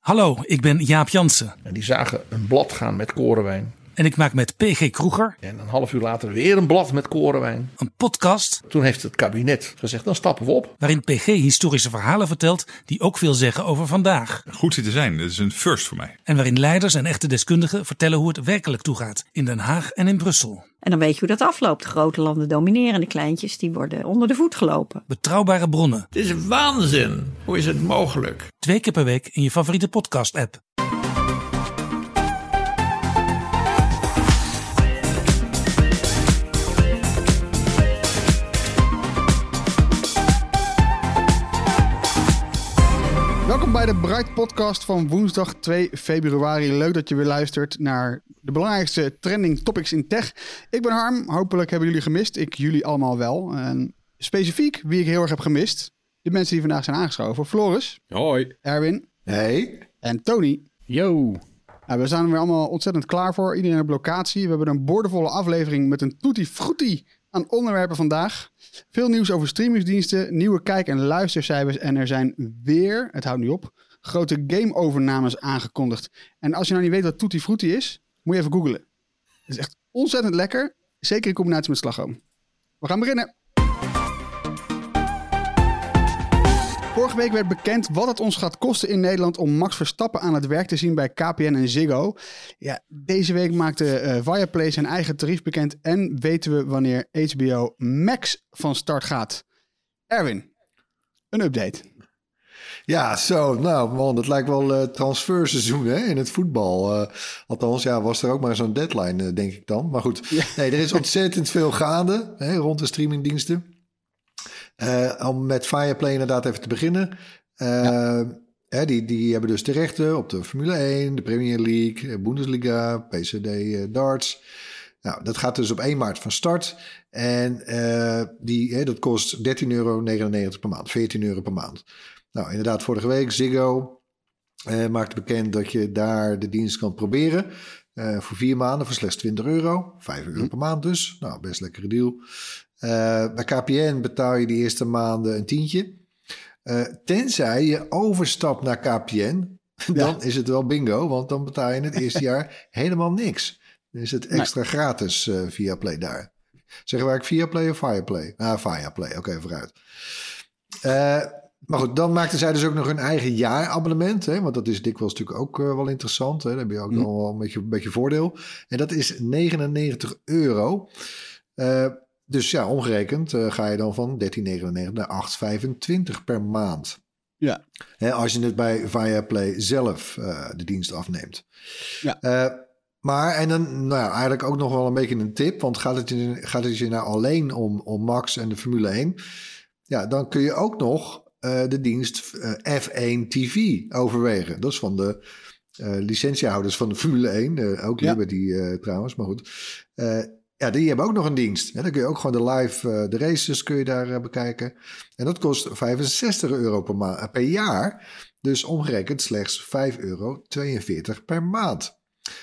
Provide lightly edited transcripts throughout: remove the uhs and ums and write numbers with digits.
Hallo, ik ben Jaap Jansen. En die zagen een blad gaan met korenwijn. En ik maak met PG Kroeger. En een half uur later weer een blad met korenwijn. Een podcast. Toen heeft het kabinet gezegd, dan stappen we op. Waarin PG historische verhalen vertelt die ook veel zeggen over vandaag. Goed zitten zijn, dat is een first voor mij. En waarin leiders en echte deskundigen vertellen hoe het werkelijk toegaat. In Den Haag en in Brussel. En dan weet je hoe dat afloopt. De grote landen domineren, de kleintjes die worden onder de voet gelopen. Betrouwbare bronnen. Het is waanzin. Hoe is het mogelijk? 2 keer per week in je favoriete podcast-app. Welkom bij de Bright Podcast van woensdag 2 februari. Leuk dat je weer luistert naar de belangrijkste trending topics in tech. Ik ben Harm, hopelijk hebben jullie gemist. Ik jullie allemaal wel. En specifiek wie ik heel erg heb gemist. De mensen die vandaag zijn aangeschoven. Floris. Hoi. Erwin. Hey. En Tony. Yo. Nou, we staan er weer allemaal ontzettend klaar voor. Iedereen op locatie. We hebben een boordevolle aflevering met een tutti frutti aan onderwerpen vandaag. Veel nieuws over streamingsdiensten, nieuwe kijk- en luistercijfers. En er zijn weer, het houdt niet op, grote game-overnames aangekondigd. En als je nou niet weet wat tutti frutti is, moet je even googlen. Het is echt ontzettend lekker, zeker in combinatie met slagroom. We gaan beginnen. Vorige week werd bekend wat het ons gaat kosten in Nederland om Max Verstappen aan het werk te zien bij KPN en Ziggo. Ja, deze week maakte Viaplay zijn eigen tarief bekend en weten we wanneer HBO Max van start gaat. Erwin, een update. Ja, nou man, het lijkt wel transferseizoen hè, in het voetbal. Althans, ja, was er ook maar zo'n deadline, denk ik dan. Maar goed, ja. Nee, er is ontzettend veel gaande hè, rond de streamingdiensten. Om met Viaplay inderdaad even te beginnen. Die hebben dus de rechten op de Formule 1, de Premier League, Bundesliga, PCD, darts. Nou, dat gaat dus op 1 maart van start. En dat kost €13,99 per maand, €14 per maand. Nou, inderdaad, vorige week Ziggo maakte bekend dat je daar de dienst kan proberen. Voor 4 maanden voor slechts €20, €5 per maand dus. Nou, best lekkere deal. Bij KPN betaal je de eerste maanden een tientje. Tenzij je overstapt naar KPN, dan is het wel bingo. Want dan betaal je het eerste jaar helemaal niks. Dan is het extra gratis via Play daar. Zeggen wij Viaplay of Viaplay? Viaplay, oké, vooruit. Maar goed, dan maakten zij dus ook nog hun eigen jaarabonnement. Hè, want dat is dikwijls natuurlijk ook wel interessant. Hè. Dan heb je ook nog wel een beetje voordeel. En dat is €39. Dus ja, omgerekend ga je dan van €13,99 naar €8,25 per maand. Ja. Als je het bij Viaplay zelf de dienst afneemt. Ja. Maar, en dan eigenlijk ook nog wel een beetje een tip. Want gaat het je nou alleen om Max en de Formule 1? Ja, dan kun je ook nog de dienst F1 TV overwegen. Dat is van de licentiehouders van de Formule 1. Ook Liberty trouwens, maar goed. Ja, die hebben ook nog een dienst. Dan kun je ook gewoon de races kun je daar bekijken. En dat kost €65 per jaar. Dus omgerekend slechts €5,42 per maand.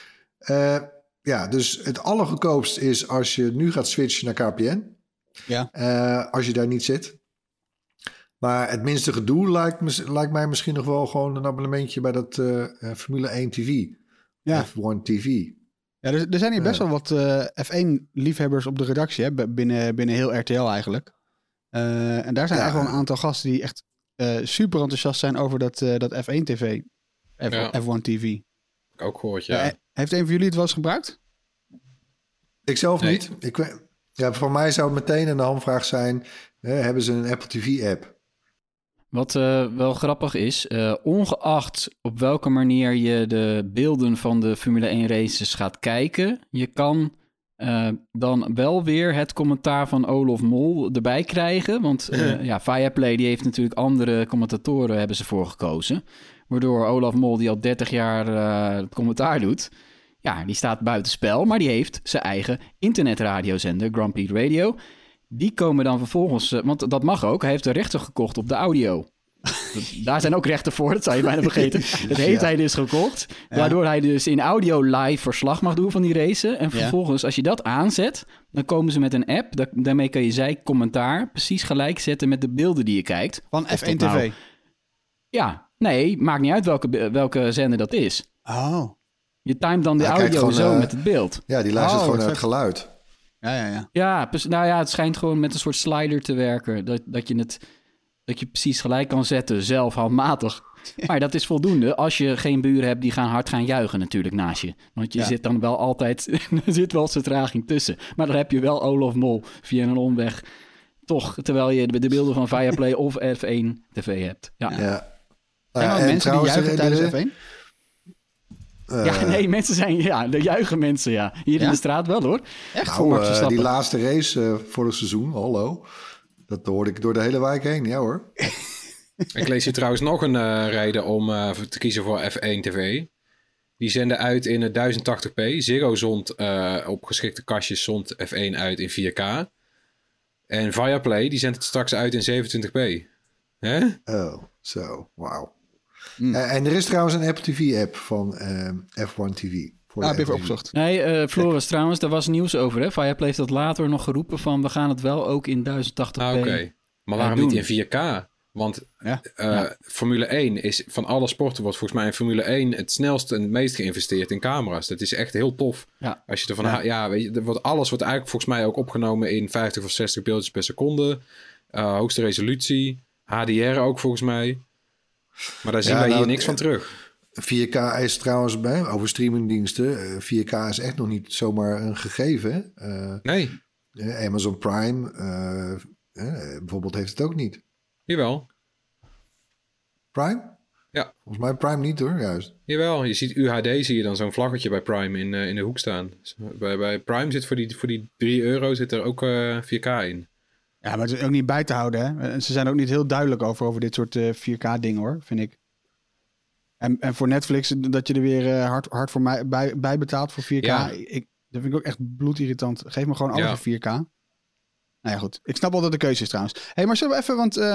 Dus het allergoedkoopst is als je nu gaat switchen naar KPN. Ja. Als je daar niet zit. Maar het minste gedoe lijkt mij misschien nog wel gewoon een abonnementje bij dat Formule 1 TV. Ja. F1 TV. Ja, er zijn hier best wel wat F1-liefhebbers op de redactie, hè, binnen heel RTL eigenlijk. En daar zijn eigenlijk wel een aantal gasten die echt super enthousiast zijn over dat F1-TV. F1 TV. Ook gehoord, ja. Heeft een van jullie het wel eens gebruikt? Ik zelf niet. Voor mij zou het meteen een hamvraag zijn, hebben ze een Apple TV-app? Wat wel grappig is, ongeacht op welke manier je de beelden van de Formule 1 races gaat kijken, je kan dan wel weer het commentaar van Olaf Mol erbij krijgen. Want Viaplay die heeft natuurlijk andere commentatoren hebben ze voor gekozen. Waardoor Olaf Mol, die al 30 jaar het commentaar doet, ja, die staat buitenspel, maar die heeft zijn eigen internetradiozender, Grand Prix Radio. Die komen dan vervolgens, want dat mag ook, hij heeft de rechten gekocht op de audio. Daar zijn ook rechten voor, dat zou je bijna vergeten. Dat heeft hij dus gekocht, waardoor hij dus in audio live verslag mag doen van die race. En vervolgens, als je dat aanzet, dan komen ze met een app. Daarmee kan je zijn commentaar precies gelijk zetten met de beelden die je kijkt. Van F1 TV? Nee, maakt niet uit welke zender dat is. Oh. Je timet dan de Hij kijkt audio gewoon, zo met het beeld. Ja, die luistert gewoon naar vet. het geluid. Ja. Ja, nou ja, het schijnt gewoon met een soort slider te werken. Dat je precies gelijk kan zetten, zelf handmatig. Maar dat is voldoende als je geen buren hebt die hard gaan juichen natuurlijk naast je. Want je zit dan wel altijd... er zit wel vertraging tussen. Maar dan heb je wel Olaf Mol via een omweg. Toch, terwijl je de beelden van Viaplay of F1 TV hebt. Ja. Zijn er ook mensen die juichen tijdens F1? Mensen zijn... Ja, de juichen mensen, ja. Hier in de straat wel, hoor. Echt? Voor Max Die Verstappen. laatste race vorig seizoen, hallo. Dat hoorde ik door de hele wijk heen, ja hoor. Ik lees hier trouwens nog een reden om te kiezen voor F1 TV. Die zenden uit in 1080p. Ziggo zond op geschikte kastjes zond F1 uit in 4K. En Viaplay, die zendt het straks uit in 27p. Hè? Oh, zo, wauw. En er is trouwens een Apple TV-app van F1 TV. Heb je even opgezocht. Nee, Floris, trouwens, daar was nieuws over. Hè? Viaplay heeft dat later nog geroepen van... we gaan het wel ook in 1080p Oké. Maar waarom doen? niet in 4K? Want Formule 1 is van alle sporten... wordt volgens mij in Formule 1 het snelst en het meest geïnvesteerd in camera's. Dat is echt heel tof. Ja. Als je ervan weet je, alles wordt eigenlijk volgens mij ook opgenomen... in 50 of 60 beeldjes per seconde. Hoogste resolutie. HDR ook volgens mij. Maar daar zien wij hier niks van terug. 4K is trouwens over streamingdiensten. 4K is echt nog niet zomaar een gegeven. Nee. Amazon Prime bijvoorbeeld heeft het ook niet. Jawel. Prime? Ja. Volgens mij Prime niet hoor, juist. Jawel, je ziet UHD, zie je dan zo'n vlaggetje bij Prime in de hoek staan. Dus bij Prime zit voor die €3 zit er ook 4K in. Ja, maar het is ook niet bij te houden, hè. Ze zijn ook niet heel duidelijk over dit soort 4K-dingen, hoor, vind ik. En voor Netflix, dat je er weer hard voor mij bij betaalt voor 4K. Ja. Dat vind ik ook echt bloedirritant. Geef me gewoon alles in 4K. Nou ja, goed. Ik snap wel dat de keuze is trouwens. Hey, maar zullen we even, want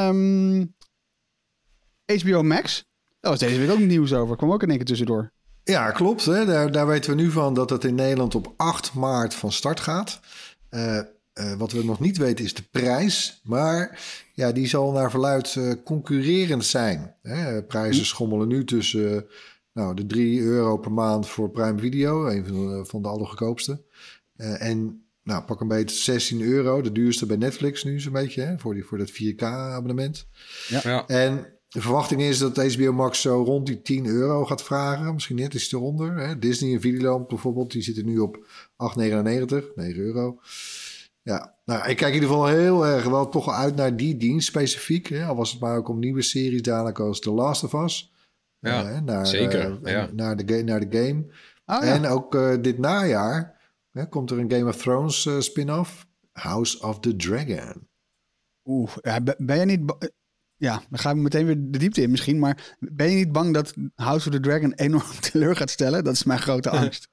HBO Max, daar was deze week ook nieuws over. Kwam ook in één keer tussendoor. Ja, klopt. Hè. Daar weten we nu van dat het in Nederland op 8 maart van start gaat. Wat we nog niet weten is de prijs. Maar ja, die zal naar verluid concurrerend zijn. Hè. Prijzen schommelen nu tussen de €3 per maand voor Prime Video. Een van de allergoedkoopste. En pak een beetje €16. De duurste bij Netflix nu zo'n beetje. Hè, voor dat 4K abonnement. Ja. En de verwachting is dat HBO Max zo rond die €10 gaat vragen. Misschien net iets eronder. Hè. Disney en Videoland bijvoorbeeld. Die zitten nu op €8,99. €9. Ja, ik kijk in ieder geval heel erg wel toch uit naar die dienst specifiek. Hè? Al was het maar ook om nieuwe series dadelijk als The Last of Us. Ja, zeker. Naar de game. En ook dit najaar komt er een Game of Thrones spin-off. House of the Dragon. Ben je niet... dan gaan we meteen weer de diepte in misschien. Maar ben je niet bang dat House of the Dragon enorm teleur gaat stellen? Dat is mijn grote angst.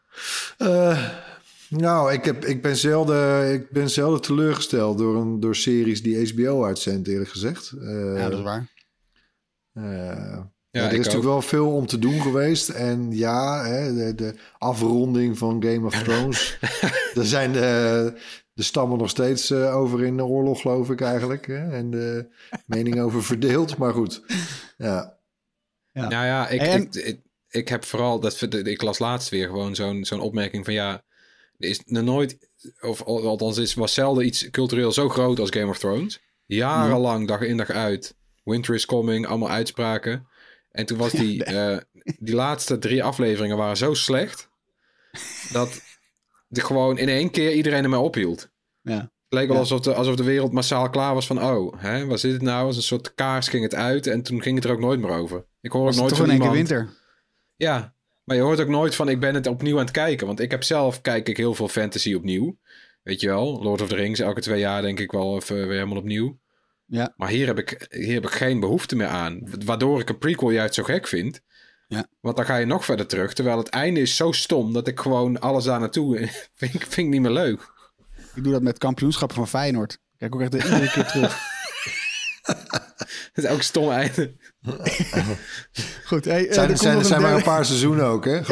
Ik ben zelden teleurgesteld door series die HBO uitzendt, eerlijk gezegd. Dat is waar. Er is natuurlijk wel veel om te doen geweest. En de afronding van Game of Thrones. Daar zijn de stammen nog steeds over in de oorlog, geloof ik eigenlijk. Hè? En de mening over verdeeld. Maar goed, ja. Nou ja, ik heb vooral... ik las laatst weer gewoon zo'n opmerking van... er is nog nooit... of althans was zelden iets cultureel zo groot als Game of Thrones. Jarenlang, dag in dag uit. Winter is coming, allemaal uitspraken. En toen was die laatste 3 afleveringen waren zo slecht... dat gewoon in één keer iedereen ermee ophield. Ja. Het leek wel alsof de wereld massaal klaar was van... wat is dit nou? Als een soort kaars ging het uit... en toen ging het er ook nooit meer over. Ik hoor ook nooit van iemand... toch in één keer winter? Ja, maar je hoort ook nooit van... ik ben het opnieuw aan het kijken. Want ik heb zelf... kijk ik heel veel fantasy opnieuw. Weet je wel? Lord of the Rings, elke 2 jaar denk ik wel even weer helemaal opnieuw. Ja. Maar hier heb ik geen behoefte meer aan. Waardoor ik een prequel juist zo gek vind... Ja. Want dan ga je nog verder terug. Terwijl het einde is zo stom dat ik gewoon alles daar naartoe vind ik niet meer leuk. Ik doe dat met kampioenschappen van Feyenoord. Kijk ook echt iedere keer terug. Het is ook een stom einde. Goed. Zijn er maar een paar seizoenen ook, hè?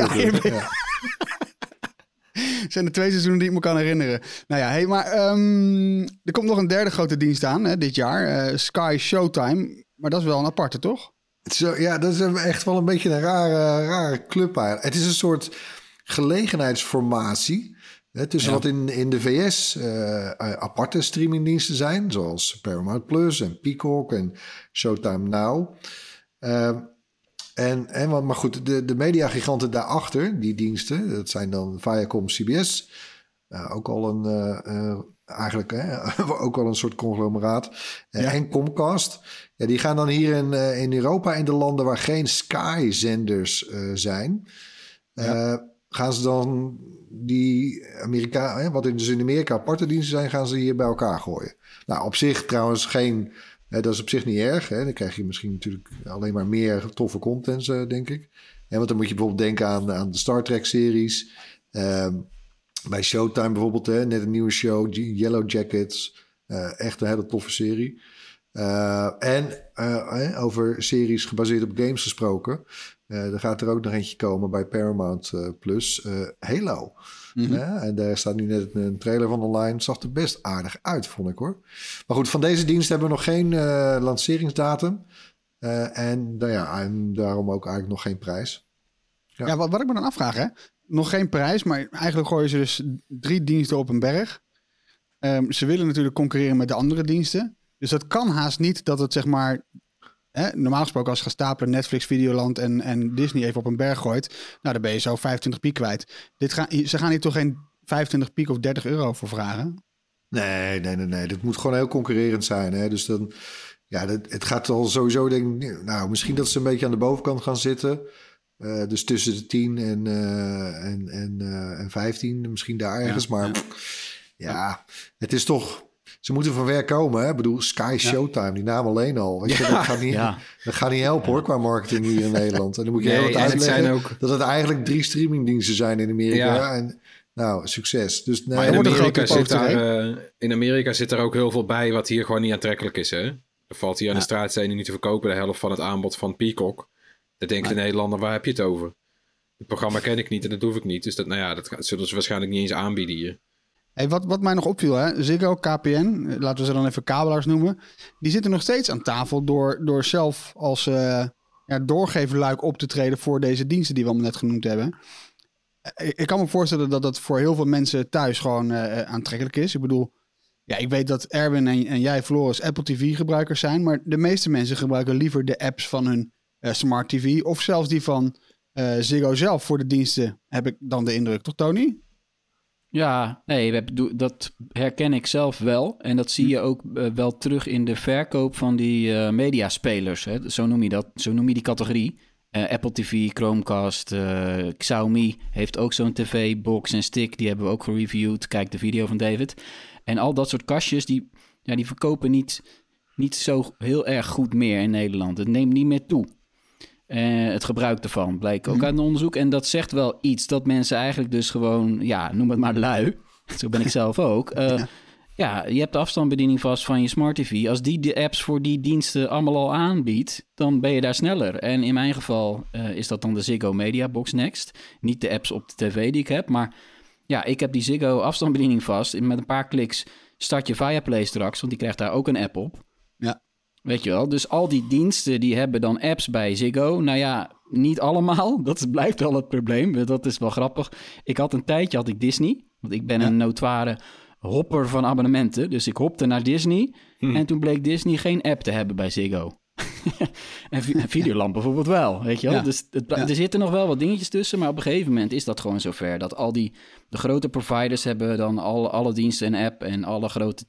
Zijn er 2 seizoenen die ik me kan herinneren. Nou ja, maar er komt nog een derde grote dienst aan dit jaar. Sky Showtime. Maar dat is wel een aparte, toch? Dat is echt wel een beetje een rare club eigenlijk. Het is een soort gelegenheidsformatie. Tussen wat in de VS aparte streamingdiensten zijn, zoals Paramount Plus en Peacock en Showtime Now. Maar goed, de mediagiganten daarachter, die diensten, dat zijn dan Viacom, CBS, ook al ook al een soort conglomeraat, en Comcast. Ja, die gaan dan hier in Europa, in de landen waar geen Sky-zenders zijn, gaan ze dan die wat dus in Amerika aparte diensten zijn, gaan ze hier bij elkaar gooien. Nou, op zich trouwens dat is op zich niet erg. Hè? Dan krijg je misschien natuurlijk alleen maar meer toffe content, denk ik. Want dan moet je bijvoorbeeld denken aan de Star Trek-series. Bij Showtime bijvoorbeeld, net een nieuwe show, Yellow Jackets. Echt een hele toffe serie. Over series gebaseerd op games gesproken. Er gaat er ook nog eentje komen bij Paramount Plus. Halo. En daar staat nu net een trailer van online. Zag er best aardig uit, vond ik hoor. Maar goed, van deze dienst hebben we nog geen lanceringsdatum. En daarom ook eigenlijk nog geen prijs. Ja, wat ik me dan afvraag, hè? Nog geen prijs, maar eigenlijk gooien ze dus 3 diensten op een berg. Ze willen natuurlijk concurreren met de andere diensten. Dus dat kan haast niet dat het zeg maar... normaal gesproken als je gaat stapelen Netflix, Videoland en Disney even op een berg gooit... nou, dan ben je zo 25 piek kwijt. Ze gaan hier toch geen 25 piek of 30 euro voor vragen? Nee. Dat moet gewoon heel concurrerend zijn. Hè? Dus dan... Ja, het gaat al sowieso, denk ik... Nou, misschien dat ze een beetje aan de bovenkant gaan zitten... dus tussen de 10 en 15, misschien daar ergens. Maar het is toch... Ze moeten van werk komen. Hè? Ik bedoel, Sky Showtime, die naam alleen al. Weet je, dat gaat niet helpen hoor, qua marketing hier in Nederland. En dan moet je heel wat uitleggen dat het eigenlijk 3 streamingdiensten zijn in Amerika. Ja. En nou, succes. Dus, maar in Amerika zit er ook heel veel bij wat hier gewoon niet aantrekkelijk is. Hè? Er valt hier aan de straatstenen niet te verkopen. De helft van het aanbod van Peacock. Dan denkt de Nederlander, waar heb je het over? Het programma ken ik niet en dat hoef ik niet. Dus dat zullen ze waarschijnlijk niet eens aanbieden hier. Hey, wat mij nog opviel, hè? Ziggo, KPN, laten we ze dan even kabelaars noemen. Die zitten nog steeds aan tafel door zelf als doorgeverluik op te treden voor deze diensten die we allemaal net genoemd hebben. Ik kan me voorstellen dat dat voor heel veel mensen thuis gewoon aantrekkelijk is. Ik bedoel, ik weet dat Erwin en jij, Floris, Apple TV gebruikers zijn. Maar de meeste mensen gebruiken liever de apps van hun Smart TV of zelfs die van Ziggo zelf voor de diensten, heb ik dan de indruk. Toch, Tony? Ja, nee, dat herken ik zelf wel. En dat zie je ook wel terug in de verkoop van die mediaspelers. Hè? Zo noem je dat. Zo noem je die categorie. Apple TV, Chromecast, Xiaomi heeft ook zo'n tv-box en stick. Die hebben we ook gereviewd. Kijk de video van David. En al dat soort kastjes, die verkopen niet zo heel erg goed meer in Nederland. Het neemt niet meer toe. Het gebruik ervan bleek ook uit een onderzoek. En dat zegt wel iets dat mensen eigenlijk dus gewoon... noem het maar lui. Zo ben ik zelf ook. Je hebt de afstandsbediening vast van je Smart TV. Als die de apps voor die diensten allemaal al aanbiedt... dan ben je daar sneller. En in mijn geval is dat dan de Ziggo Media Box Next. Niet de apps op de tv die ik heb. Maar ik heb die Ziggo afstandsbediening vast. En met een paar kliks start je Viaplay straks... want die krijgt daar ook een app op. Ja. Weet je wel, dus al die diensten die hebben dan apps bij Ziggo. Nou ja, niet allemaal. Dat blijft wel het probleem. Dat is wel grappig. Een tijdje had ik Disney. Want ik ben een notoire hopper van abonnementen. Dus ik hopte naar Disney. En toen bleek Disney geen app te hebben bij Ziggo. en Videoland bijvoorbeeld wel, weet je wel. Ja. Dus er zitten nog wel wat dingetjes tussen. Maar op een gegeven moment is dat gewoon zover. Dat de grote providers hebben dan alle diensten een app. En alle grote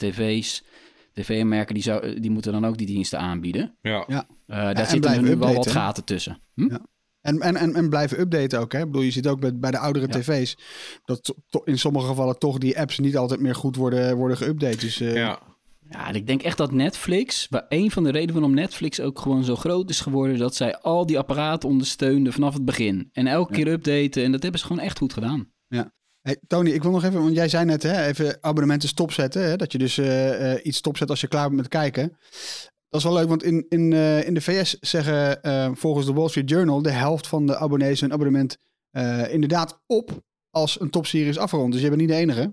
tv-merken die moeten dan ook die diensten aanbieden. Ja. Daar zitten nu wel wat gaten tussen. Ja. En blijven updaten ook. Hè? Ik bedoel, je ziet ook bij de oudere tv's... dat in sommige gevallen toch die apps niet altijd meer goed worden geüpdate. Dus, Ja, en ik denk echt dat Netflix... een van de redenen waarom Netflix ook gewoon zo groot is geworden... dat zij al die apparaten ondersteunden vanaf het begin. En elke keer updaten. En dat hebben ze gewoon echt goed gedaan. Ja. Hey, Tony, ik wil nog even, want jij zei net, even abonnementen stopzetten. Hè, dat je dus iets stopzet als je klaar bent met kijken. Dat is wel leuk, want in de VS zeggen volgens de Wall Street Journal... de helft van de abonnees hun abonnement inderdaad op als een topserie is afgerond. Dus je bent niet de enige.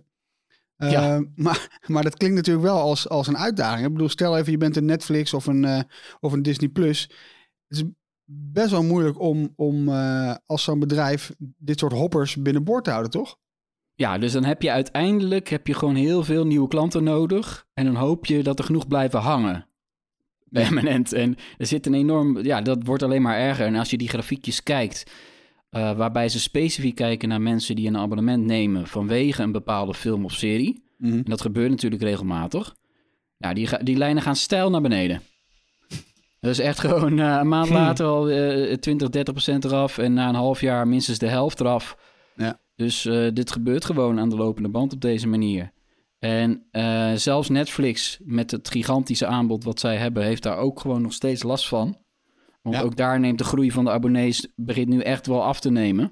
Maar dat klinkt natuurlijk wel als een uitdaging. Ik bedoel, stel even, je bent een Netflix of een Disney+. Het is best wel moeilijk om als zo'n bedrijf dit soort hoppers binnenboord te houden, toch? Ja, dus dan heb je uiteindelijk gewoon heel veel nieuwe klanten nodig. En dan hoop je dat er genoeg blijven hangen. Permanent. En er zit een enorm... Ja, dat wordt alleen maar erger. En als je die grafiekjes kijkt... waarbij ze specifiek kijken naar mensen die een abonnement nemen... vanwege een bepaalde film of serie. En dat gebeurt natuurlijk regelmatig. Nou, die lijnen gaan steil naar beneden. Dat is echt gewoon een maand later al 20-30% eraf... en na een half jaar minstens de helft eraf. Ja. Dus dit gebeurt gewoon aan de lopende band op deze manier. En zelfs Netflix met het gigantische aanbod wat zij hebben... heeft daar ook gewoon nog steeds last van. Want ook daar neemt de groei van de abonnees... begint nu echt wel af te nemen.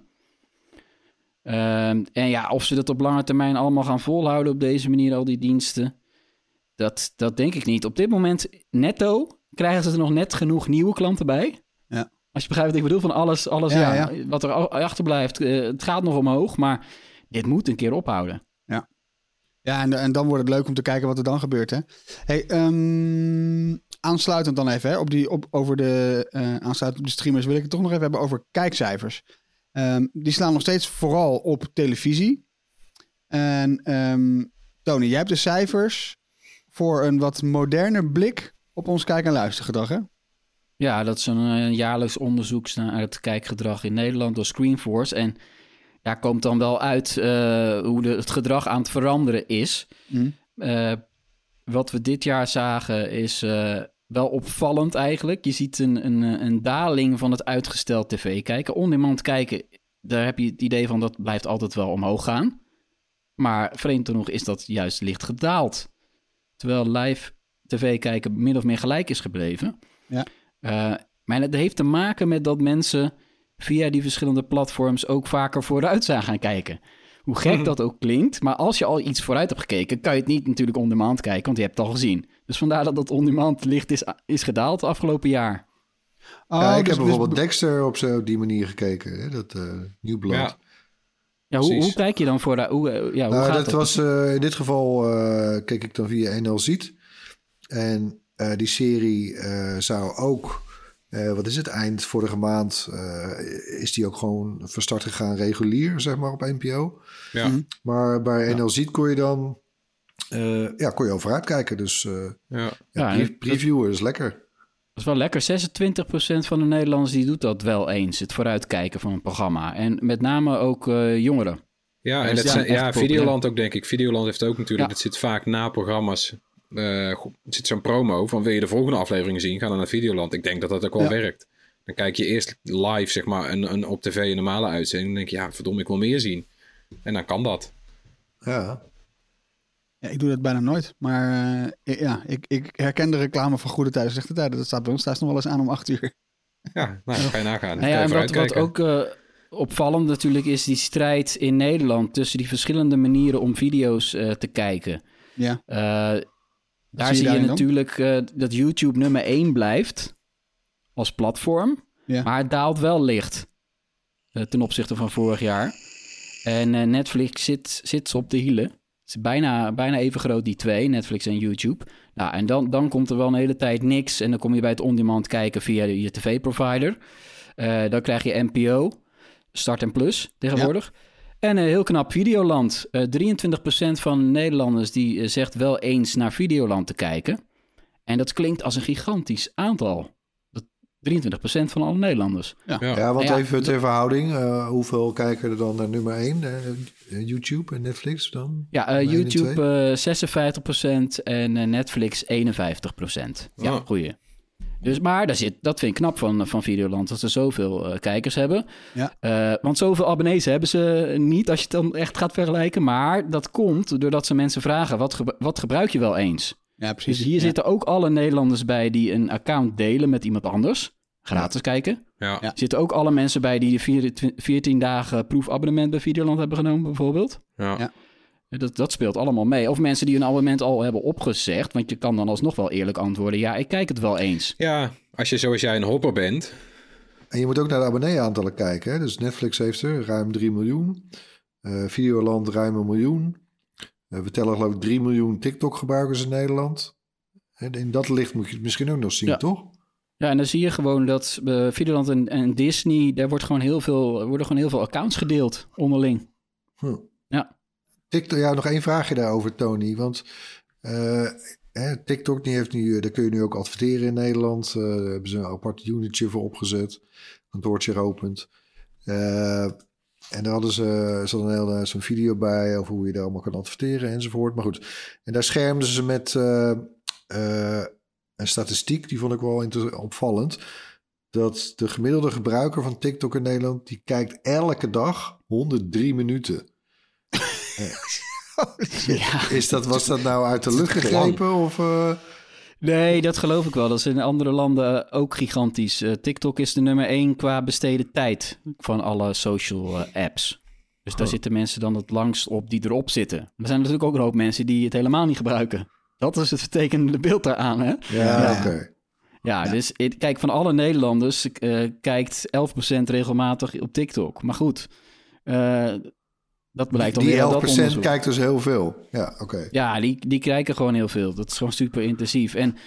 En ja, of ze dat op lange termijn allemaal gaan volhouden... op deze manier, al die diensten... Dat denk ik niet. Op dit moment netto krijgen ze er nog net genoeg nieuwe klanten bij. Ja. Als je begrijpt wat ik bedoel van alles wat er achterblijft. Het gaat nog omhoog, maar dit moet een keer ophouden. Ja, en dan wordt het leuk om te kijken wat er dan gebeurt. Hè? Hey, aansluitend dan even, hè, aansluitend op de streamers... wil ik het toch nog even hebben over kijkcijfers. Die slaan nog steeds vooral op televisie. En Tony, jij hebt de cijfers... voor een wat moderner blik op ons kijk- en luistergedrag, hè? Ja, dat is een jaarlijks onderzoek naar het kijkgedrag in Nederland door Screenforce. En daar komt dan wel uit hoe het gedrag aan het veranderen is. Wat we dit jaar zagen is wel opvallend eigenlijk. Je ziet een daling van het uitgesteld tv kijken. On-demand kijken, daar heb je het idee van dat blijft altijd wel omhoog gaan. Maar vreemd genoeg is dat juist licht gedaald. Terwijl live tv kijken min of meer gelijk is gebleven. Ja. Maar het heeft te maken met dat mensen via die verschillende platforms ook vaker vooruit zijn gaan kijken. Hoe gek dat ook klinkt. Maar als je al iets vooruit hebt gekeken, kan je het niet natuurlijk on-demand kijken, want je hebt het al gezien. Dus vandaar dat dat on-demand licht is gedaald het afgelopen jaar. Ik heb bijvoorbeeld Dexter op die manier gekeken. Hè? Dat New Blood. Ja. Ja, hoe kijk je dan voor hoe gaat dat? Was, in dit geval keek ik dan via NL Ziet. En die serie zou ook, eind vorige maand... is die ook gewoon van start gegaan regulier, zeg maar, op NPO. Ja. Maar bij NL Ziet kon je dan kon je al vooruit kijken. Dus previewen is lekker. Dat is wel lekker. 26% van de Nederlanders die doet dat wel eens. Het vooruitkijken van een programma. En met name ook jongeren. Ja, en Videoland ook, denk ik. Videoland heeft ook natuurlijk... Het zit vaak na programma's. Er zit zo'n promo van... wil je de volgende afleveringen zien? Ga dan naar Videoland. Ik denk dat dat ook wel werkt. Dan kijk je eerst live, zeg maar... een op tv een normale uitzending. Dan denk je, verdomme, ik wil meer zien. En dan kan dat. Ja, ik doe dat bijna nooit. Maar ik herken de reclame van Goede Tijden, Slechte Tijden. Dat staat bij ons thuis nog wel eens aan om 8 uur. Ja, nou, dat ga je nagaan. En wat ook opvallend natuurlijk is die strijd in Nederland... tussen die verschillende manieren om video's te kijken. Ja. Daar zie je natuurlijk dat YouTube nummer 1 blijft als platform. Ja. Maar het daalt wel licht ten opzichte van vorig jaar. En Netflix zit op de hielen. Het is bijna even groot, die twee, Netflix en YouTube. Nou, en dan komt er wel een hele tijd niks. En dan kom je bij het on-demand kijken via je tv-provider. Dan krijg je NPO, Start en Plus tegenwoordig. Ja. En heel knap Videoland. 23% van Nederlanders die zegt wel eens naar Videoland te kijken. En dat klinkt als een gigantisch aantal. 23% van alle Nederlanders. Ja, want even ter verhouding. Hoeveel kijken er dan naar nummer 1? YouTube en Netflix dan? Ja, YouTube 56% en Netflix 51%. Ja, goeie. Dus, maar dat vind ik knap van Videoland, dat ze zoveel kijkers hebben. Ja. Want zoveel abonnees hebben ze niet als je het dan echt gaat vergelijken. Maar dat komt doordat ze mensen vragen, wat gebruik je wel eens? Ja, precies. Dus hier zitten ook alle Nederlanders bij die een account delen met iemand anders. Gratis kijken. Ja. Er zitten ook alle mensen bij die 14 dagen proefabonnement bij Videoland hebben genomen, bijvoorbeeld. Ja. Dat speelt allemaal mee. Of mensen die een abonnement al hebben opgezegd. Want je kan dan alsnog wel eerlijk antwoorden. Ja, ik kijk het wel eens. Ja, als je zoals jij een hopper bent. En je moet ook naar de abonnee-aantallen kijken. Hè? Dus Netflix heeft er ruim 3 miljoen. Videoland ruim 1 miljoen. We tellen geloof ik 3 miljoen TikTok-gebruikers in Nederland. En in dat licht moet je het misschien ook nog zien, toch? Ja, en dan zie je gewoon dat Videoland en Disney, daar worden gewoon heel veel accounts gedeeld onderling. Ja. TikTok, ja, nog één vraagje daarover, Tony. Want TikTok daar kun je nu ook adverteren in Nederland. Daar hebben ze een apart unitje voor opgezet. Kantoortje geopend. En daar hadden ze zo'n video bij over hoe je daar allemaal kan adverteren enzovoort. Maar goed, en daar schermden ze met een statistiek, die vond ik wel opvallend. Dat de gemiddelde gebruiker van TikTok in Nederland, die kijkt elke dag 103 minuten. Was dat nou uit de lucht gegrepen? Of, Nee, dat geloof ik wel. Dat is in andere landen ook gigantisch. TikTok is de nummer 1 qua besteden tijd van alle social apps. Dus daar zitten mensen dan het langst op die erop zitten. Er zijn natuurlijk ook een hoop mensen die het helemaal niet gebruiken. Dat is het vertekende beeld daaraan, hè? Ja. Oké. Ja, dus kijk, van alle Nederlanders kijkt 11% regelmatig op TikTok. Maar goed, dat blijkt dan weer. Die 11% kijkt dus heel veel. Ja, oké. Ja, die kijken gewoon heel veel. Dat is gewoon super intensief. En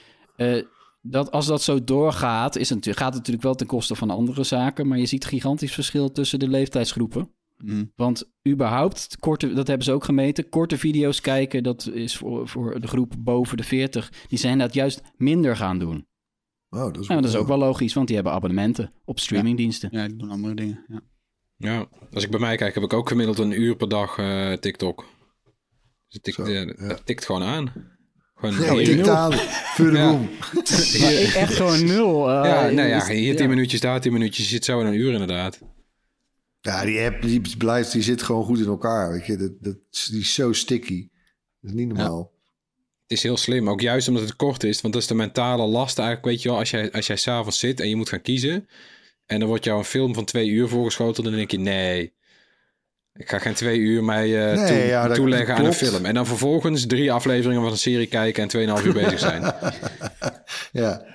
als dat zo doorgaat, gaat het natuurlijk wel ten koste van andere zaken. Maar je ziet gigantisch verschil tussen de leeftijdsgroepen. Want überhaupt, dat hebben ze ook gemeten, korte video's kijken, dat is voor de groep boven de 40, die zijn dat juist minder gaan doen. Oh, dat is ook wel logisch, want die hebben abonnementen op streamingdiensten. Ja, die doen andere dingen. Ja, als ik bij mij kijk, heb ik ook gemiddeld een uur per dag TikTok. Dus het tikt gewoon aan. Tikt aan, vuur de boom. Echt gewoon 0. Hier 10 minuutjes, daar 10 minuutjes, je zit zo in een uur inderdaad. Ja, die app die zit gewoon goed in elkaar. Weet je, die is zo sticky. Dat is niet normaal. Ja. Het is heel slim, ook juist omdat het kort is. Want dat is de mentale last eigenlijk, weet je wel. Als jij 's avonds zit en je moet gaan kiezen. En dan wordt jou een film van 2 uur voorgeschoten. Dan denk je, nee, ik ga geen 2 uur mij toeleggen aan een film. En dan vervolgens 3 afleveringen van een serie kijken en 2,5 uur bezig zijn. Ja,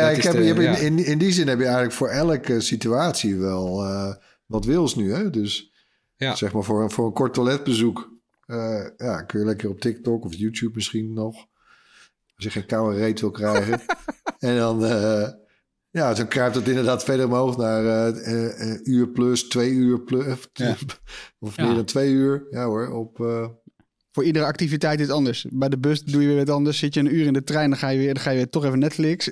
in die zin heb je eigenlijk voor elke situatie wel wat wils nu, hè? Dus zeg maar voor een kort toiletbezoek kun je lekker op TikTok of YouTube misschien nog. Als je geen koude reet wil krijgen. En dan, dan kruipt het inderdaad verder omhoog naar uur plus, 2 uur plus. Of meer dan 2 uur. Ja hoor, voor iedere activiteit is het anders. Bij de bus doe je weer wat anders. Zit je een uur in de trein, dan ga je weer toch even Netflix.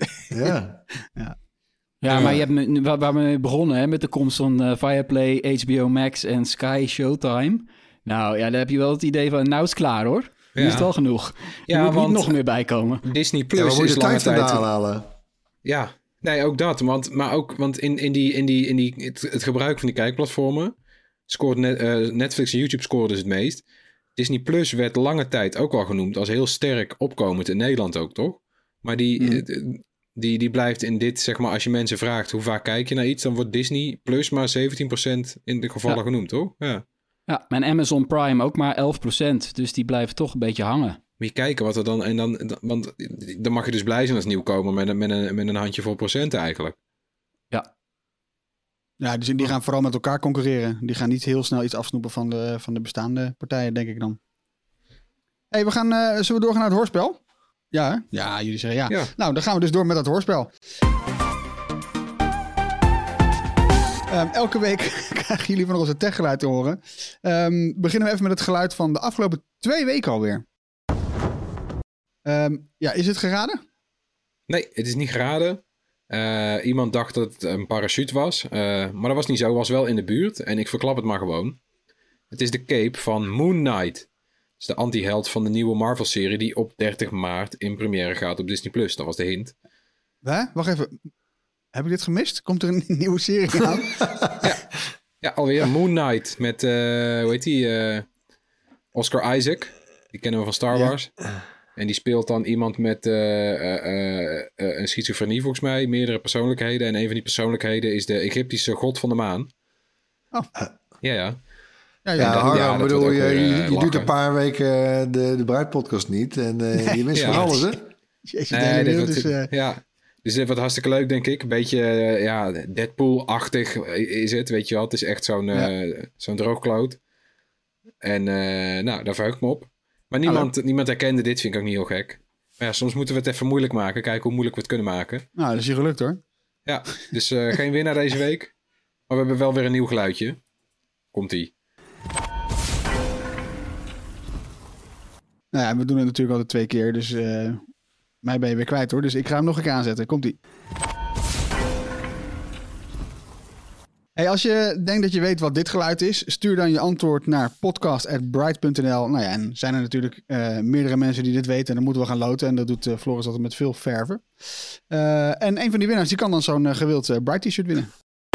Ja, maar je hebt waar we mee begonnen, hè, met de komst van Viaplay, HBO Max en Sky Showtime. Nou ja, dan heb je wel het idee van, nou is het klaar hoor. Nu is het wel genoeg. Er moet niet nog meer bij komen. Disney Plus is lange tijd halen. Ja, nee, ook dat. Want in het gebruik van die kijkplatformen scoort Netflix en YouTube scoren dus het meest. Disney Plus werd lange tijd ook wel genoemd als heel sterk opkomend in Nederland ook, toch? Maar die blijft in dit, zeg maar, als je mensen vraagt hoe vaak kijk je naar iets, dan wordt Disney Plus maar 17% in de gevallen genoemd, toch? Ja, en Amazon Prime ook maar 11%. Dus die blijven toch een beetje hangen. Moet je kijken wat er dan... Want dan mag je dus blij zijn als nieuwkomer met een handjevol procenten eigenlijk. Ja, dus die gaan vooral met elkaar concurreren. Die gaan niet heel snel iets afsnoepen van de bestaande partijen, denk ik dan. Hey, zullen we doorgaan naar het hoorspel? Ja, hè? Ja, jullie zeggen ja. Nou, dan gaan we dus door met het hoorspel. Elke week krijgen jullie van ons een techgeluid te horen. Beginnen we even met het geluid van de afgelopen 2 weken alweer. Is het geraden? Nee, het is niet geraden. Iemand dacht dat het een parachute was. Maar dat was niet zo. Was wel in de buurt. En ik verklap het maar gewoon. Het is de cape van Moon Knight. Dat is de anti-held van de nieuwe Marvel-serie die op 30 maart in première gaat op Disney+. Dat was de hint. Wacht even. Heb ik dit gemist? Komt er een nieuwe serie aan? Ja, alweer. Moon Knight met, hoe heet die? Oscar Isaac. Die kennen we van Star Wars. En die speelt dan iemand met een schizofrenie volgens mij. Meerdere persoonlijkheden. En een van die persoonlijkheden is de Egyptische god van de maan. Oh. Ja. Harm, bedoel je doet een paar weken de Bruidpodcast niet. En je mist van alles, hè? Dus dit wordt hartstikke leuk, denk ik. Een beetje Deadpool-achtig is het, weet je wel. Het is echt zo'n droogkloot. En daar verheug ik me op. Maar niemand herkende dit, vind ik ook niet heel gek. Maar ja, soms moeten we het even moeilijk maken. Kijken hoe moeilijk we het kunnen maken. Nou, dat is hier gelukt hoor. Ja, dus geen winnaar deze week. Maar we hebben wel weer een nieuw geluidje. Komt-ie. Nou ja, we doen het natuurlijk altijd 2 keer. Dus mij ben je weer kwijt hoor. Dus ik ga hem nog een keer aanzetten. Komt-ie. Hey, als je denkt dat je weet wat dit geluid is, stuur dan je antwoord naar podcast@bright.nl. Nou ja, en zijn er natuurlijk meerdere mensen die dit weten en dan moeten we gaan loten. En dat doet Floris altijd met veel verven. En een van die winnaars die kan dan zo'n gewild Bright t-shirt winnen.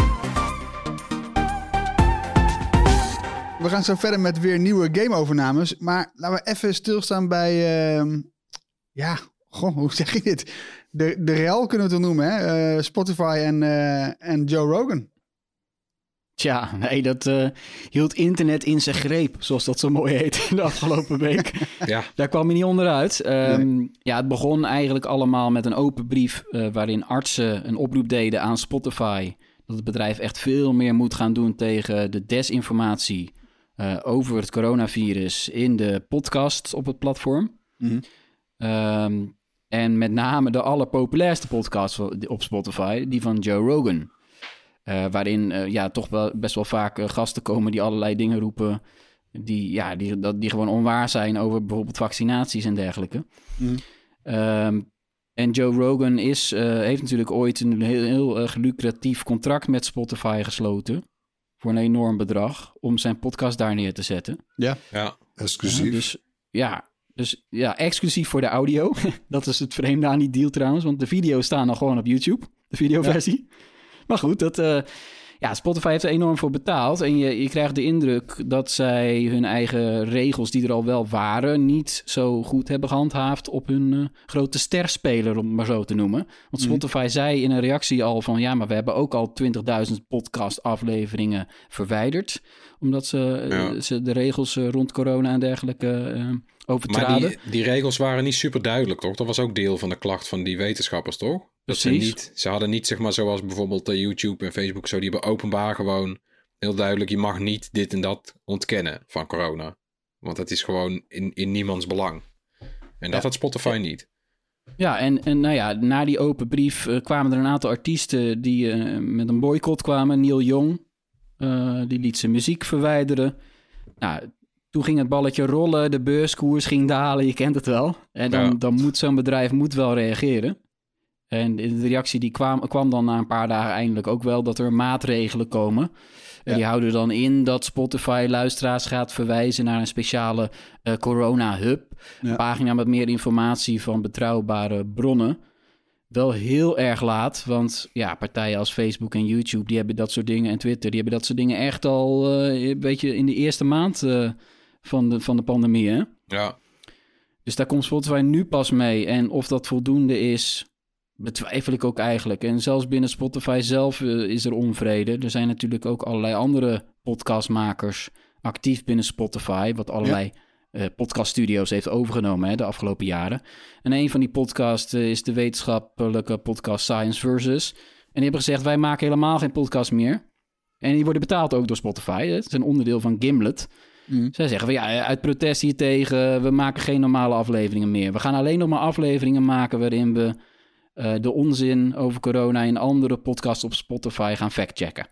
We gaan zo verder met weer nieuwe gameovernames. Maar laten we even stilstaan bij... hoe zeg je dit? De rel kunnen we het wel noemen, hè? Spotify en Joe Rogan. Tja, nee, dat hield internet in zijn greep, zoals dat zo mooi heet, de afgelopen week. Ja. Daar kwam hij niet onderuit. Nee. Ja, het begon eigenlijk allemaal met een open brief waarin artsen een oproep deden aan Spotify. Dat het bedrijf echt veel meer moet gaan doen tegen de desinformatie over het coronavirus in de podcasts op het platform. Mm-hmm. En met name de allerpopulairste podcast op Spotify, die van Joe Rogan. Waarin toch wel best wel vaak gasten komen die allerlei dingen roepen die gewoon onwaar zijn over bijvoorbeeld vaccinaties en dergelijke. Mm. En Joe Rogan heeft natuurlijk ooit een heel lucratief contract met Spotify gesloten voor een enorm bedrag om zijn podcast daar neer te zetten. Ja. Exclusief. Dus exclusief voor de audio. Dat is het vreemde aan die deal trouwens, want de video's staan al gewoon op YouTube, de videoversie. Ja. Maar goed, Spotify heeft er enorm voor betaald. En je krijgt de indruk dat zij hun eigen regels, die er al wel waren, niet zo goed hebben gehandhaafd op hun grote sterspeler, om het maar zo te noemen. Want Spotify zei in een reactie al van, ja, maar we hebben ook al 20.000 podcast-afleveringen verwijderd. Omdat ze de regels rond corona en dergelijke overtraden. Maar die regels waren niet super duidelijk, toch? Dat was ook deel van de klacht van die wetenschappers, toch? Dat ze hadden niet, zeg maar, zoals bijvoorbeeld YouTube en Facebook, zo die hebben openbaar gewoon heel duidelijk, je mag niet dit en dat ontkennen van corona. Want dat is gewoon in niemands belang. En dat had Spotify niet. Ja, en na die open brief kwamen er een aantal artiesten die met een boycott kwamen. Neil Young, die liet zijn muziek verwijderen. Nou, toen ging het balletje rollen, de beurskoers ging dalen, je kent het wel. En dan moet zo'n bedrijf wel reageren. En de reactie die kwam dan na een paar dagen eindelijk ook wel dat er maatregelen komen. Ja. Die houden dan in dat Spotify luisteraars gaat verwijzen naar een speciale corona-hub. Ja. Een pagina met meer informatie van betrouwbare bronnen. Wel heel erg laat, want partijen als Facebook en YouTube, die hebben dat soort dingen, en Twitter, die hebben dat soort dingen echt al een beetje in de eerste maand van de pandemie, hè? Ja. Dus daar komt Spotify nu pas mee. En of dat voldoende is, betwijfel ik ook eigenlijk. En zelfs binnen Spotify zelf is er onvrede. Er zijn natuurlijk ook allerlei andere podcastmakers actief binnen Spotify, wat allerlei podcaststudio's heeft overgenomen de afgelopen jaren. En een van die podcasts is de wetenschappelijke podcast Science Versus. En die hebben gezegd, wij maken helemaal geen podcast meer. En die worden betaald ook door Spotify. Het is een onderdeel van Gimlet. Zij zeggen van uit protest hiertegen, we maken geen normale afleveringen meer. We gaan alleen nog maar afleveringen maken waarin we de onzin over corona in andere podcasts op Spotify gaan factchecken.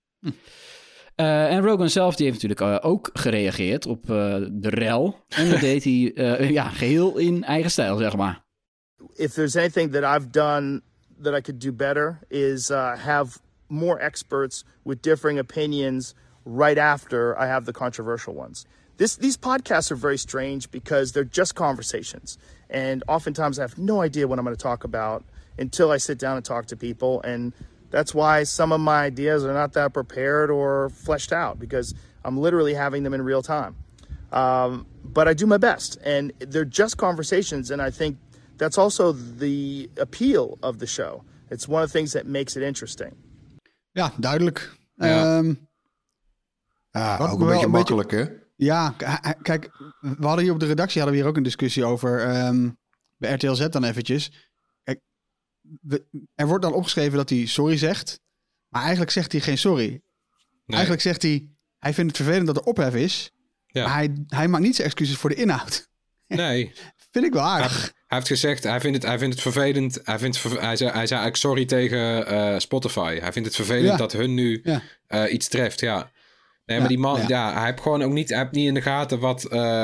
En Rogan zelf die heeft natuurlijk ook gereageerd op de rel. En dat deed hij geheel in eigen stijl, zeg maar. If there's anything that I've done that I could do better is have more experts with differing opinions right after I have the controversial ones. These podcasts are very strange because they're just conversations. And oftentimes I have no idea what I'm going to talk about until I sit down and talk to people. And that's why some of my ideas are not that prepared or fleshed out, because I'm literally having them in real time. But I do my best, and they're just conversations, and I think that's also the appeal of the show. It's one of the things that makes it interesting. Ja, duidelijk. Ja. Ook een beetje makkelijk, hè? Ja, kijk, we hadden hier op de redactie hadden we hier ook een discussie over, bij RTL Z dan eventjes. Kijk, er wordt dan opgeschreven dat hij sorry zegt, maar eigenlijk zegt hij geen sorry. Nee. Eigenlijk zegt hij vindt het vervelend dat er ophef is, maar hij maakt niet zijn excuses voor de inhoud. Nee. Vind ik wel aardig. Hij heeft gezegd, hij vindt het vervelend. Hij zei eigenlijk sorry tegen Spotify. Hij vindt het vervelend dat hun nu iets treft, ja. Nee, maar die man, hij heeft gewoon ook niet, hij heeft niet in de gaten wat...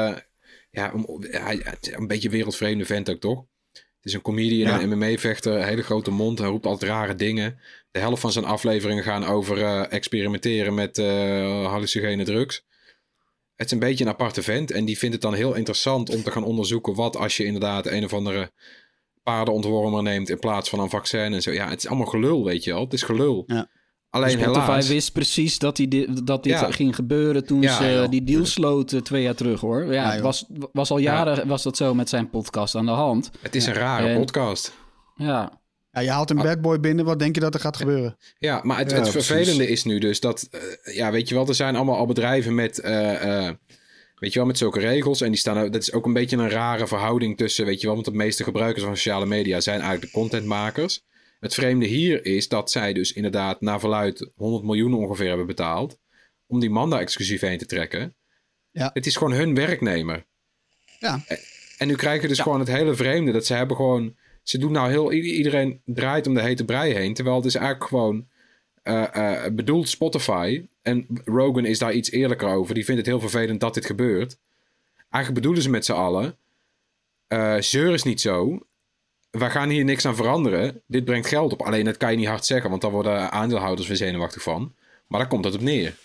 een beetje wereldvreemde vent ook, toch? Het is een comedian, een MMA-vechter, een hele grote mond. Hij roept altijd rare dingen. De helft van zijn afleveringen gaan over experimenteren met hallucinogene drugs. Het is een beetje een aparte vent. En die vindt het dan heel interessant om te gaan onderzoeken... wat als je inderdaad een of andere paardenontwormer neemt... in plaats van een vaccin en zo. Ja, het is allemaal gelul, weet je wel. Het is gelul. Ja. Alleen dus Spotify helaas... wist precies dat dit ging gebeuren... toen ze die deal sloten 2 jaar terug, hoor. Ja, het was al jaren was dat zo met zijn podcast aan de hand. Het is een rare podcast. Ja. Ja, je haalt een bad boy binnen. Wat denk je dat er gaat gebeuren? Ja, maar het vervelende is nu dus dat... weet je wel, er zijn allemaal al bedrijven met... weet je wel, met zulke regels. En die staan... Dat is ook een beetje een rare verhouding tussen... Weet je wel, want de meeste gebruikers van sociale media... zijn eigenlijk de contentmakers. Het vreemde hier is dat zij dus inderdaad... naar verluidt 100 miljoen ongeveer hebben betaald... om die man daar exclusief heen te trekken. Ja. Het is gewoon hun werknemer. Ja. En nu krijg je dus gewoon het hele vreemde... dat ze hebben gewoon... Ze doen nou heel... Iedereen draait om de hete brei heen... terwijl het is eigenlijk gewoon... bedoeld Spotify... en Rogan is daar iets eerlijker over... die vindt het heel vervelend dat dit gebeurt... Eigenlijk bedoelen ze met z'n allen... zeur is niet zo... wij gaan hier niks aan veranderen... dit brengt geld op... alleen dat kan je niet hard zeggen... want daar worden aandeelhouders weer zenuwachtig van... maar daar komt het op neer.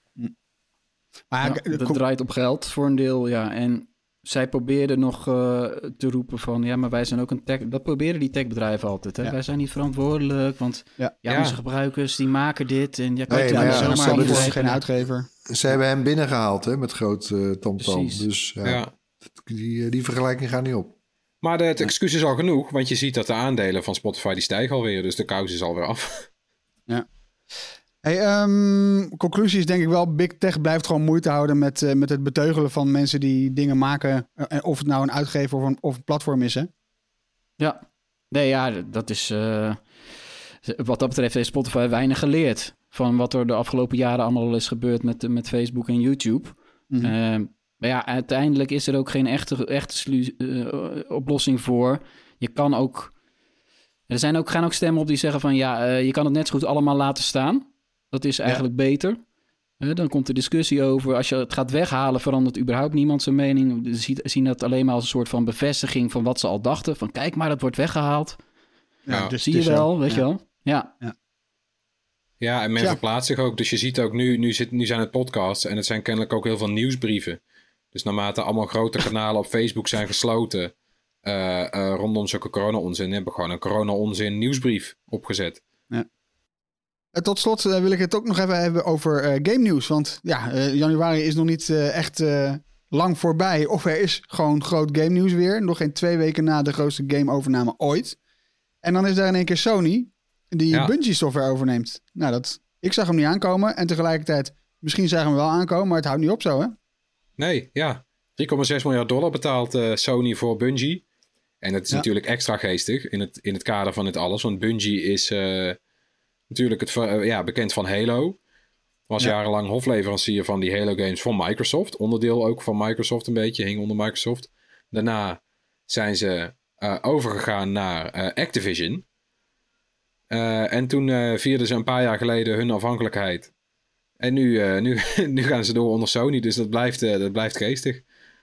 Maar dat draait op geld voor een deel, ja... en zij probeerden nog te roepen van... ja, maar wij zijn ook een tech... Dat proberen die techbedrijven altijd, hè? Ja. Wij zijn niet verantwoordelijk, want onze gebruikers die maken dit... en je kan zomaar niet geen uitgever. Ze hebben hem binnengehaald, hè, met groot tamtam. Dus die vergelijking gaat niet op. Maar het excuus is al genoeg, want je ziet dat de aandelen van Spotify die stijgen alweer. Dus de kous is alweer af. Ja. Hey, conclusie is denk ik wel... Big Tech blijft gewoon moeite houden met het beteugelen van mensen die dingen maken. Of het nou een uitgever of een platform is, hè? Ja. Nee, ja, dat is... wat dat betreft heeft Spotify weinig geleerd... van wat er de afgelopen jaren allemaal is gebeurd met Facebook en YouTube. Mm-hmm. Maar ja, uiteindelijk is er ook geen echte oplossing voor. Je kan ook... gaan ook stemmen op die zeggen van... je kan het net zo goed allemaal laten staan... Dat is eigenlijk beter. Dan komt de discussie over... als je het gaat weghalen, verandert überhaupt niemand zijn mening. Ze zien dat alleen maar als een soort van bevestiging... van wat ze al dachten. Van kijk maar, dat wordt weggehaald. Ja, dus zie je wel, weet je wel. Ja, en men verplaatst zich ook. Dus je ziet ook nu zijn het podcasts... en het zijn kennelijk ook heel veel nieuwsbrieven. Dus naarmate allemaal grote kanalen op Facebook zijn gesloten... rondom zulke corona-onzin... hebben we gewoon een corona-onzin nieuwsbrief opgezet. Ja. Tot slot wil ik het ook nog even hebben over game nieuws. Want januari is nog niet echt lang voorbij. Of er is gewoon groot game nieuws weer. Nog geen 2 weken na de grootste game-overname ooit. En dan is daar in één keer Sony die Bungie software overneemt. Nou, ik zag hem niet aankomen. En tegelijkertijd, misschien zagen we hem wel aankomen, maar het houdt niet op zo, hè? Nee, ja. $3,6 miljard betaalt Sony voor Bungie. En dat is natuurlijk extra geestig in het kader van dit alles. Want Bungie is... natuurlijk bekend van Halo. Was jarenlang hofleverancier van die Halo games van Microsoft. Onderdeel ook van Microsoft een beetje. Hing onder Microsoft. Daarna zijn ze overgegaan naar Activision. En toen vierden ze een paar jaar geleden hun afhankelijkheid. En nu gaan ze door onder Sony. Dus dat blijft geestig.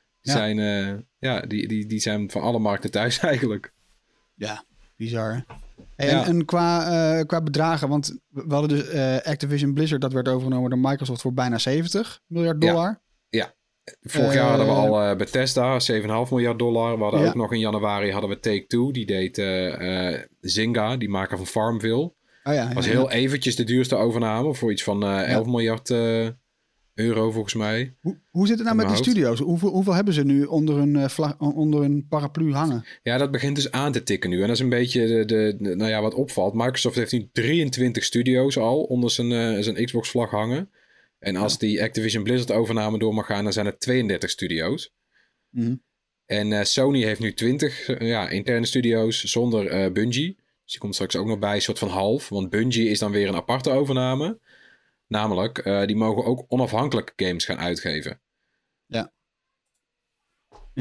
Die zijn van alle markten thuis eigenlijk. Ja, bizar. En qua bedragen, want we hadden dus Activision Blizzard, dat werd overgenomen door Microsoft voor bijna $70 miljard. Ja. Vorig jaar hadden we al Bethesda, $7,5 miljard. We hadden ook nog in januari hadden we Take-Two, die deed Zynga, die maker van Farmville. Was heel eventjes de duurste overname voor iets van 11 miljard euro volgens mij. Hoe zit het nou met die studio's? Hoeveel hebben ze nu onder hun paraplu hangen? Ja, dat begint dus aan te tikken nu. En dat is een beetje wat opvalt. Microsoft heeft nu 23 studio's al onder zijn Xbox-vlag hangen. En als die Activision Blizzard overname door mag gaan, dan zijn er 32 studio's. Mm-hmm. En Sony heeft nu 20 interne studio's zonder Bungie. Dus die komt straks ook nog bij, een soort van half. Want Bungie is dan weer een aparte overname. Namelijk, die mogen ook onafhankelijk games gaan uitgeven. Ja.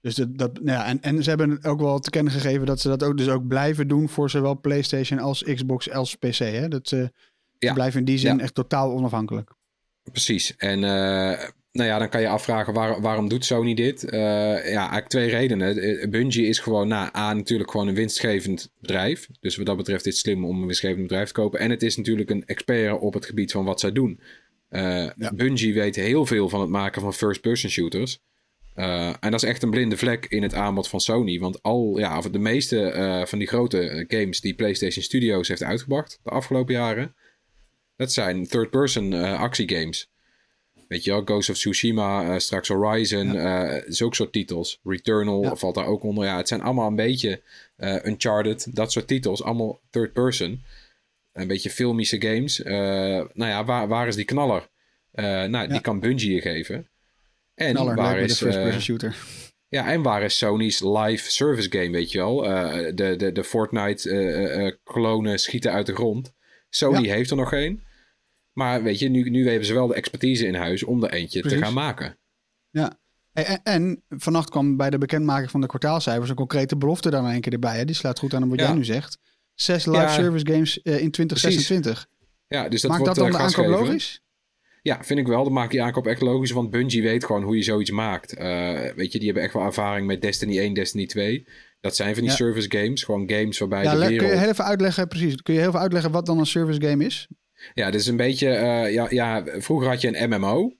Dus en ze hebben ook wel te kennen gegeven dat ze dat ook, dus ook blijven doen voor zowel PlayStation als Xbox als PC. Hè? Dat ze blijven in die zin echt totaal onafhankelijk. Precies. En dan kan je afvragen waarom doet Sony dit? Eigenlijk 2 redenen. Bungie is gewoon natuurlijk gewoon een winstgevend bedrijf. Dus wat dat betreft is het slim om een winstgevend bedrijf te kopen. En het is natuurlijk een expert op het gebied van wat zij doen. Bungie weet heel veel van het maken van first-person shooters. En dat is echt een blinde vlek in het aanbod van Sony. Want de meeste van die grote games die PlayStation Studios heeft uitgebracht de afgelopen jaren, dat zijn third-person actiegames. Weet je wel, Ghost of Tsushima, straks Horizon, zulke soort titels. Returnal valt daar ook onder. Ja, het zijn allemaal een beetje Uncharted, dat soort titels. Allemaal third-person. Een beetje filmische games. Waar is die knaller? Die kan Bungie je geven. En knaller, waar is de first-person shooter? Ja, en waar is Sony's live service game, weet je wel? De Fortnite klonen schieten uit de grond. Sony heeft er nog geen. Maar weet je, nu hebben ze wel de expertise in huis om er eentje te gaan maken. Ja, en vannacht kwam bij de bekendmaking van de kwartaalcijfers een concrete belofte dan een keer erbij. Hè? Die sluit goed aan wat jij nu zegt. 6 live service games in 2026. Ja, dus dat maakt wordt dat dan de aankoop logisch? Ja, vind ik wel. Dan maak je aankoop echt logisch. Want Bungie weet gewoon hoe je zoiets maakt. Weet je, die hebben echt wel ervaring met Destiny 1, Destiny 2. Dat zijn van die service games. Gewoon games waarbij de wereld... Kun je heel even uitleggen, precies. Kun je heel even uitleggen wat dan een service game is? Ja, dit is een beetje... vroeger had je een MMO.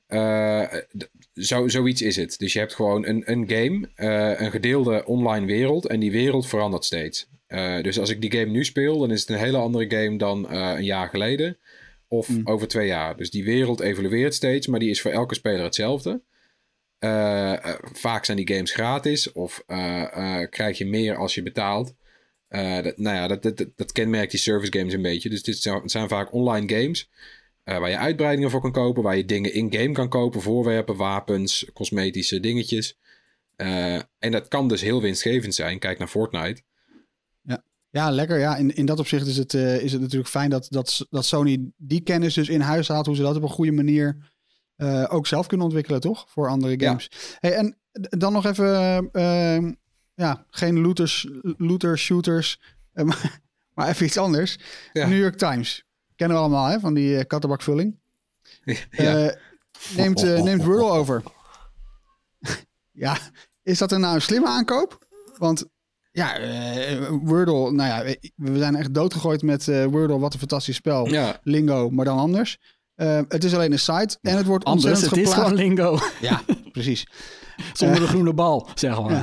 Zoiets is het. Dus je hebt gewoon een game, een gedeelde online wereld. En die wereld verandert steeds. Dus als ik die game nu speel, dan is het een hele andere game dan een jaar geleden. Of over 2 jaar. Dus die wereld evolueert steeds, maar die is voor elke speler hetzelfde. Vaak zijn die games gratis. Of krijg je meer als je betaalt. Dat kenmerkt die service games een beetje. Dus dit zijn vaak online games. Waar je uitbreidingen voor kan kopen. Waar je dingen in-game kan kopen. Voorwerpen, wapens, cosmetische dingetjes. En dat kan dus heel winstgevend zijn. Kijk naar Fortnite. Ja, lekker. Ja, in dat opzicht is het natuurlijk fijn dat Sony die kennis dus in huis haalt. Hoe ze dat op een goede manier ook zelf kunnen ontwikkelen, toch? Voor andere games. Ja. Hey, en dan nog even... geen looter shooters. Maar even iets anders. Ja. New York Times. Kennen we allemaal, hè? Van die kattenbakvulling. Neemt Wordle over. Ja, is dat nou een slimme aankoop? Want... Ja, Wordle, we zijn echt doodgegooid met Wordle. Wat een fantastisch spel. Ja. Lingo, maar dan anders. Het is alleen een site en het wordt ontzettend geplaagd. Het is gewoon Lingo. Ja, precies. Zonder de groene bal, zeg maar.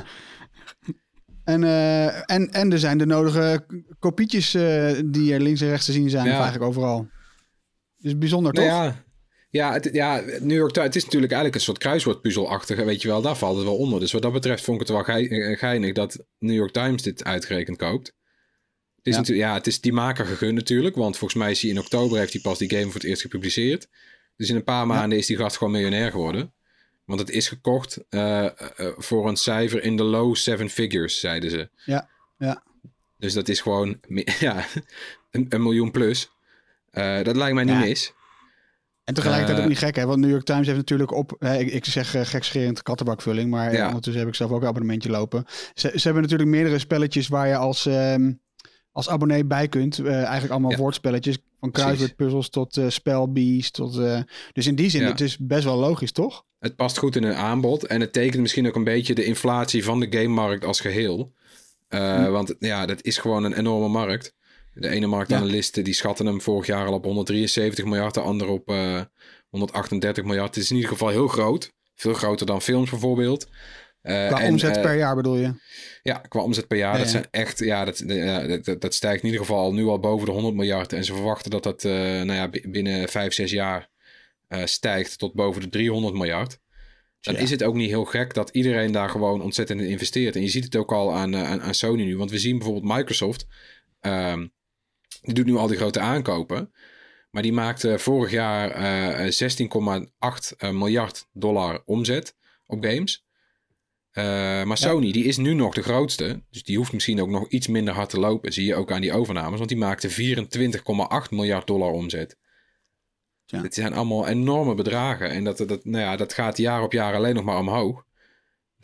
Ja. En er zijn de nodige kopietjes die er links en rechts te zien zijn. Of eigenlijk overal. Dus bijzonder, toch? New York Times, het is natuurlijk eigenlijk een soort kruiswoordpuzzelachtige, weet je wel, daar valt het wel onder. Dus wat dat betreft vond ik het wel geinig dat New York Times dit uitgerekend koopt. Het is die maker gegund natuurlijk, want volgens mij is hij in oktober heeft hij pas die game voor het eerst gepubliceerd. Dus in een paar maanden is die gast gewoon miljonair geworden. Want het is gekocht voor een cijfer in de low 7 figures, zeiden ze. Ja. Dus dat is gewoon een miljoen plus. Dat lijkt mij niet mis. En tegelijkertijd ook niet gek, hè? Want New York Times heeft natuurlijk ik zeg gekscherend kattenbakvulling, maar ondertussen heb ik zelf ook een abonnementje lopen. Ze hebben natuurlijk meerdere spelletjes waar je als abonnee bij kunt. Eigenlijk allemaal woordspelletjes, van kruiswoordpuzzels tot spelbeast. Dus in die zin, het is best wel logisch, toch? Het past goed in een aanbod en het tekent misschien ook een beetje de inflatie van de gamemarkt als geheel. Want dat is gewoon een enorme markt. De ene marktanalisten die schatten hem vorig jaar al op 173 miljard, de andere op 138 miljard. Het is in ieder geval heel groot. Veel groter dan films bijvoorbeeld. Qua omzet per jaar bedoel je? Ja, qua omzet per jaar. Dat zijn echt, dat stijgt in ieder geval nu al boven de 100 miljard. En ze verwachten dat dat binnen 5-6 jaar stijgt tot boven de 300 miljard. Dan is het ook niet heel gek dat iedereen daar gewoon ontzettend in investeert. En je ziet het ook al aan Sony nu. Want we zien bijvoorbeeld Microsoft... die doet nu al die grote aankopen. Maar die maakte vorig jaar $16,8 miljard omzet op games. Maar Sony, die is nu nog de grootste. Dus die hoeft misschien ook nog iets minder hard te lopen. Zie je ook aan die overnames. Want die maakte $24,8 miljard omzet. Ja. Dit zijn allemaal enorme bedragen. En dat gaat jaar op jaar alleen nog maar omhoog.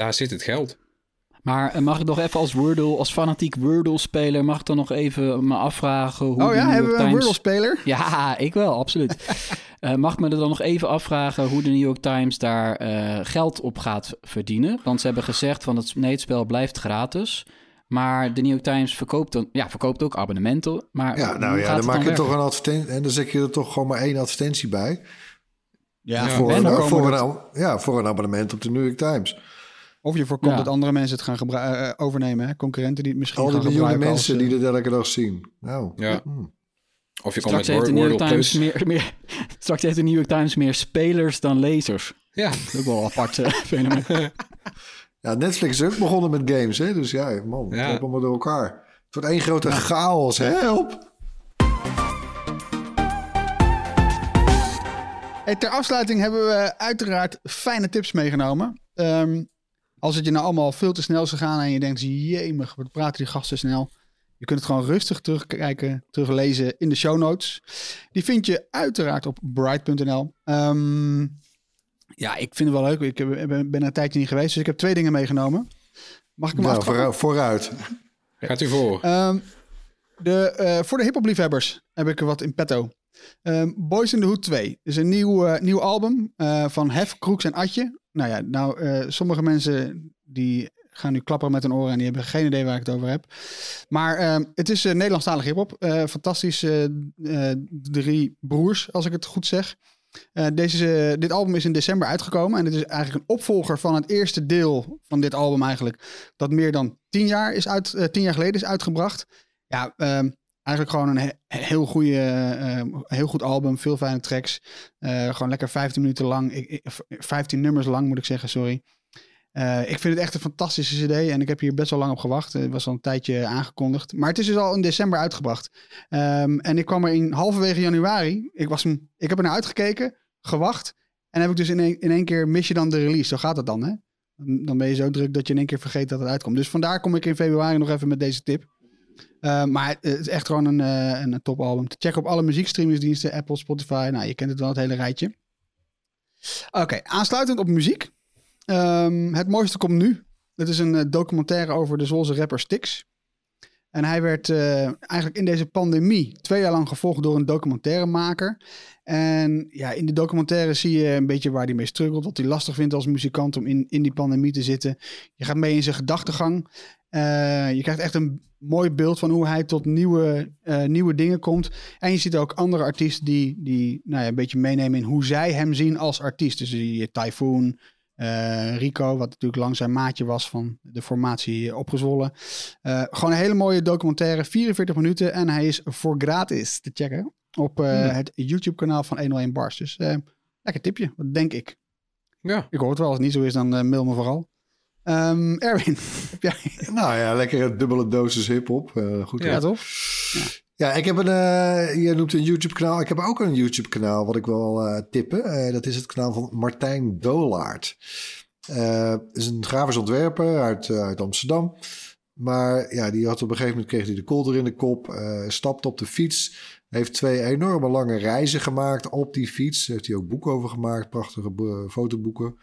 Daar zit het geld. Maar mag ik nog even als fanatiek Wordle-speler... mag ik dan nog even me afvragen hoe hebben we een Wordle-speler? Ja, ik wel, absoluut. Mag ik me er dan nog even afvragen hoe de New York Times daar geld op gaat verdienen? Want ze hebben gezegd van het spel blijft gratis... Maar de New York Times verkoopt ook abonnementen. Maar dan maak je toch een advertentie... en dan zet je er toch gewoon maar 1 advertentie bij. Ja, voor een abonnement op de New York Times. Of je voorkomt dat andere mensen het gaan overnemen. Hè? Concurrenten die het misschien gaan gebruiken. Al die miljoenen mensen die het elke dag zien. Nou, ja. Of je straks heeft de New York Times straks heeft de New York Times meer spelers dan lezers. Ja. Dat is ook wel een apart fenomeen. Ja, Netflix is ook begonnen met games, hè? Dus ja, man, het loopt allemaal door elkaar. Het wordt één grote chaos, help! Hey, ter afsluiting hebben we uiteraard fijne tips meegenomen. Als het je nou allemaal veel te snel is gegaan en je denkt, jemig, wat praten die gasten snel. Je kunt het gewoon rustig terugkijken, teruglezen in de show notes. Die vind je uiteraard op bright.nl. Ja, ik vind het wel leuk. Ik ben een tijdje niet geweest, dus ik heb 2 dingen meegenomen. Mag ik hem aftrappen? Vooruit. Gaat u voor. Voor de hiphop-liefhebbers heb ik er wat in petto. Boys in the Hood 2 is een nieuw album van Hef, Kroeks en Atje. Nou ja, sommige mensen die gaan nu klapperen met hun oren en die hebben geen idee waar ik het over heb. Maar het is Nederlandstalig hiphop. Fantastisch. 3 broers, als ik het goed zeg. Dit album is in december uitgekomen. En het is eigenlijk een opvolger van het eerste deel van dit album eigenlijk. Dat meer dan 10 jaar geleden is uitgebracht. Ja, eigenlijk gewoon een heel goed album. Veel fijne tracks. Gewoon lekker 15 minuten lang. 15 nummers lang moet ik zeggen, sorry. Ik vind het echt een fantastische cd. En ik heb hier best wel lang op gewacht. Het was al een tijdje aangekondigd. Maar het is dus al in december uitgebracht. En ik kwam er in halverwege januari. Ik heb er naar uitgekeken. Gewacht. En heb ik dus in één keer mis je dan de release. Zo gaat het dan, hè? Dan ben je zo druk dat je in één keer vergeet dat het uitkomt. Dus vandaar kom ik in februari nog even met deze tip. Maar het is echt gewoon een topalbum. Te checken op alle muziekstreamingsdiensten. Apple, Spotify. Nou, je kent het wel, het hele rijtje. Oké, aansluitend op muziek. Het mooiste komt nu. Het is een documentaire over de Zwolse rapper Styx. En hij werd eigenlijk in deze pandemie 2 jaar lang gevolgd door een documentairemaker. En ja, in de documentaire zie je een beetje waar hij mee struggelt. Wat hij lastig vindt als muzikant om in die pandemie te zitten. Je gaat mee in zijn gedachtegang. Je krijgt echt een mooi beeld van hoe hij tot nieuwe dingen komt. En je ziet ook andere artiesten die een beetje meenemen in hoe zij hem zien als artiest. Dus die Typhoon, Rico, wat natuurlijk lang zijn maatje was van de formatie Opgezwollen. Gewoon een hele mooie documentaire, 44 minuten. En hij is voor gratis te checken op het YouTube-kanaal van 101 Bars. Dus lekker tipje, wat denk ik. Ja. Ik hoor het wel, als het niet zo is, dan mail me vooral. Erwin, heb jij... Nou ja, lekker dubbele dosis hiphop. Goed. Ja, toch? Ja, ik heb je noemt een YouTube-kanaal. Ik heb ook een YouTube-kanaal wat ik wil tippen. Dat is het kanaal van Martijn Dolaert. Is een grafisch ontwerper uit Amsterdam. Maar ja, die had op een gegeven moment kreeg hij de kolder in de kop. Stapte op de fiets. Heeft 2 enorme lange reizen gemaakt op die fiets. Heeft hij ook boeken over gemaakt. Prachtige fotoboeken.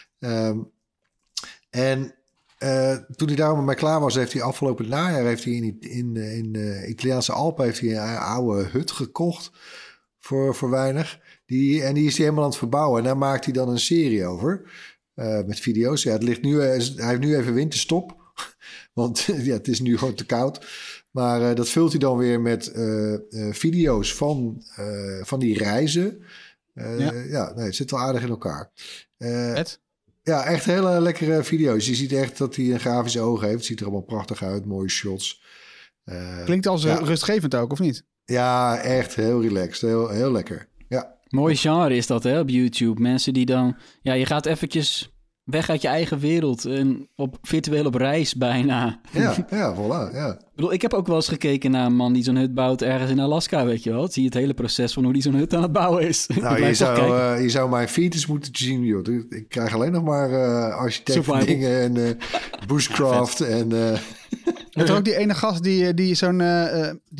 Toen hij daar met klaar was, heeft hij afgelopen najaar in de Italiaanse Alpen heeft hij een oude hut gekocht voor weinig. Die is hij helemaal aan het verbouwen. En daar maakt hij dan een serie over met video's. Ja, hij heeft nu even winterstop, want ja, het is nu gewoon te koud. Maar dat vult hij dan weer met video's van die reizen. Het zit wel aardig in elkaar. Ja, echt hele lekkere video's. Je ziet echt dat hij een grafische ogen heeft. Het ziet er allemaal prachtig uit. Mooie shots. Klinkt als rustgevend ook, of niet? Ja, echt heel relaxed. Heel lekker. Ja. Mooi genre is dat, hè, op YouTube. Mensen die dan... Ja, je gaat eventjes weg uit je eigen wereld. En virtueel op reis bijna. Ja, voilà. Ja. Ik bedoel, ik heb ook wel eens gekeken naar een man die zo'n hut bouwt ergens in Alaska, weet je wel. Dan zie je het hele proces van hoe die zo'n hut aan het bouwen is. Nou, je zou mijn feed moeten zien, joh. Ik krijg alleen nog maar architect dingen en bushcraft. En er is ook die ene gast die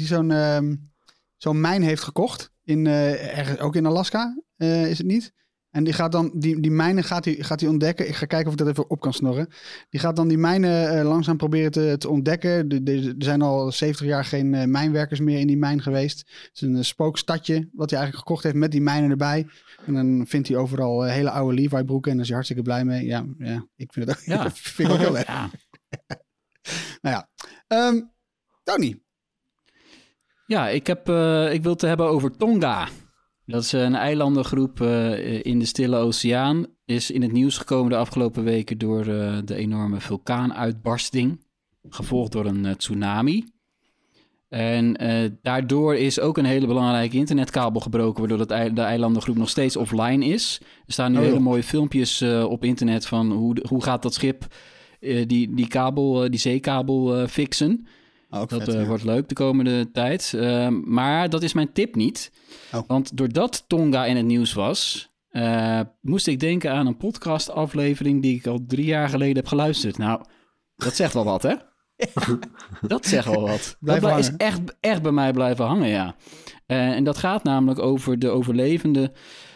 zo'n mijn heeft gekocht. Ergens ook in Alaska, is het niet? En die gaat dan, die mijnen gaat hij ontdekken. Ik ga kijken of ik dat even op kan snorren. Die gaat dan die mijnen langzaam proberen te ontdekken. Er zijn al 70 jaar geen mijnwerkers meer in die mijn geweest. Het is een spookstadje wat hij eigenlijk gekocht heeft met die mijnen erbij. En dan vindt hij overal hele oude Levi broeken en daar is hij hartstikke blij mee. Ja, ik vind het ook, vind ik ook heel leuk. Ja. Nou ja, Tony. Ja, ik wil het hebben over Tonga. Dat is een eilandengroep in de Stille Oceaan. Is in het nieuws gekomen de afgelopen weken door de enorme vulkaanuitbarsting. Gevolgd door een tsunami. En daardoor is ook een hele belangrijke internetkabel gebroken, waardoor de eilandengroep nog steeds offline is. Er staan nu hele mooie filmpjes op internet van hoe gaat dat schip die zeekabel fixen. Dat wordt leuk de komende tijd. Maar dat is mijn tip niet. Want doordat Tonga in het nieuws was, moest ik denken aan een podcastaflevering die ik al 3 jaar geleden heb geluisterd. Nou, dat zegt wel wat, hè? Dat zegt wel wat. Dat is echt bij mij blijven hangen, ja. En dat gaat namelijk over de overlevenden,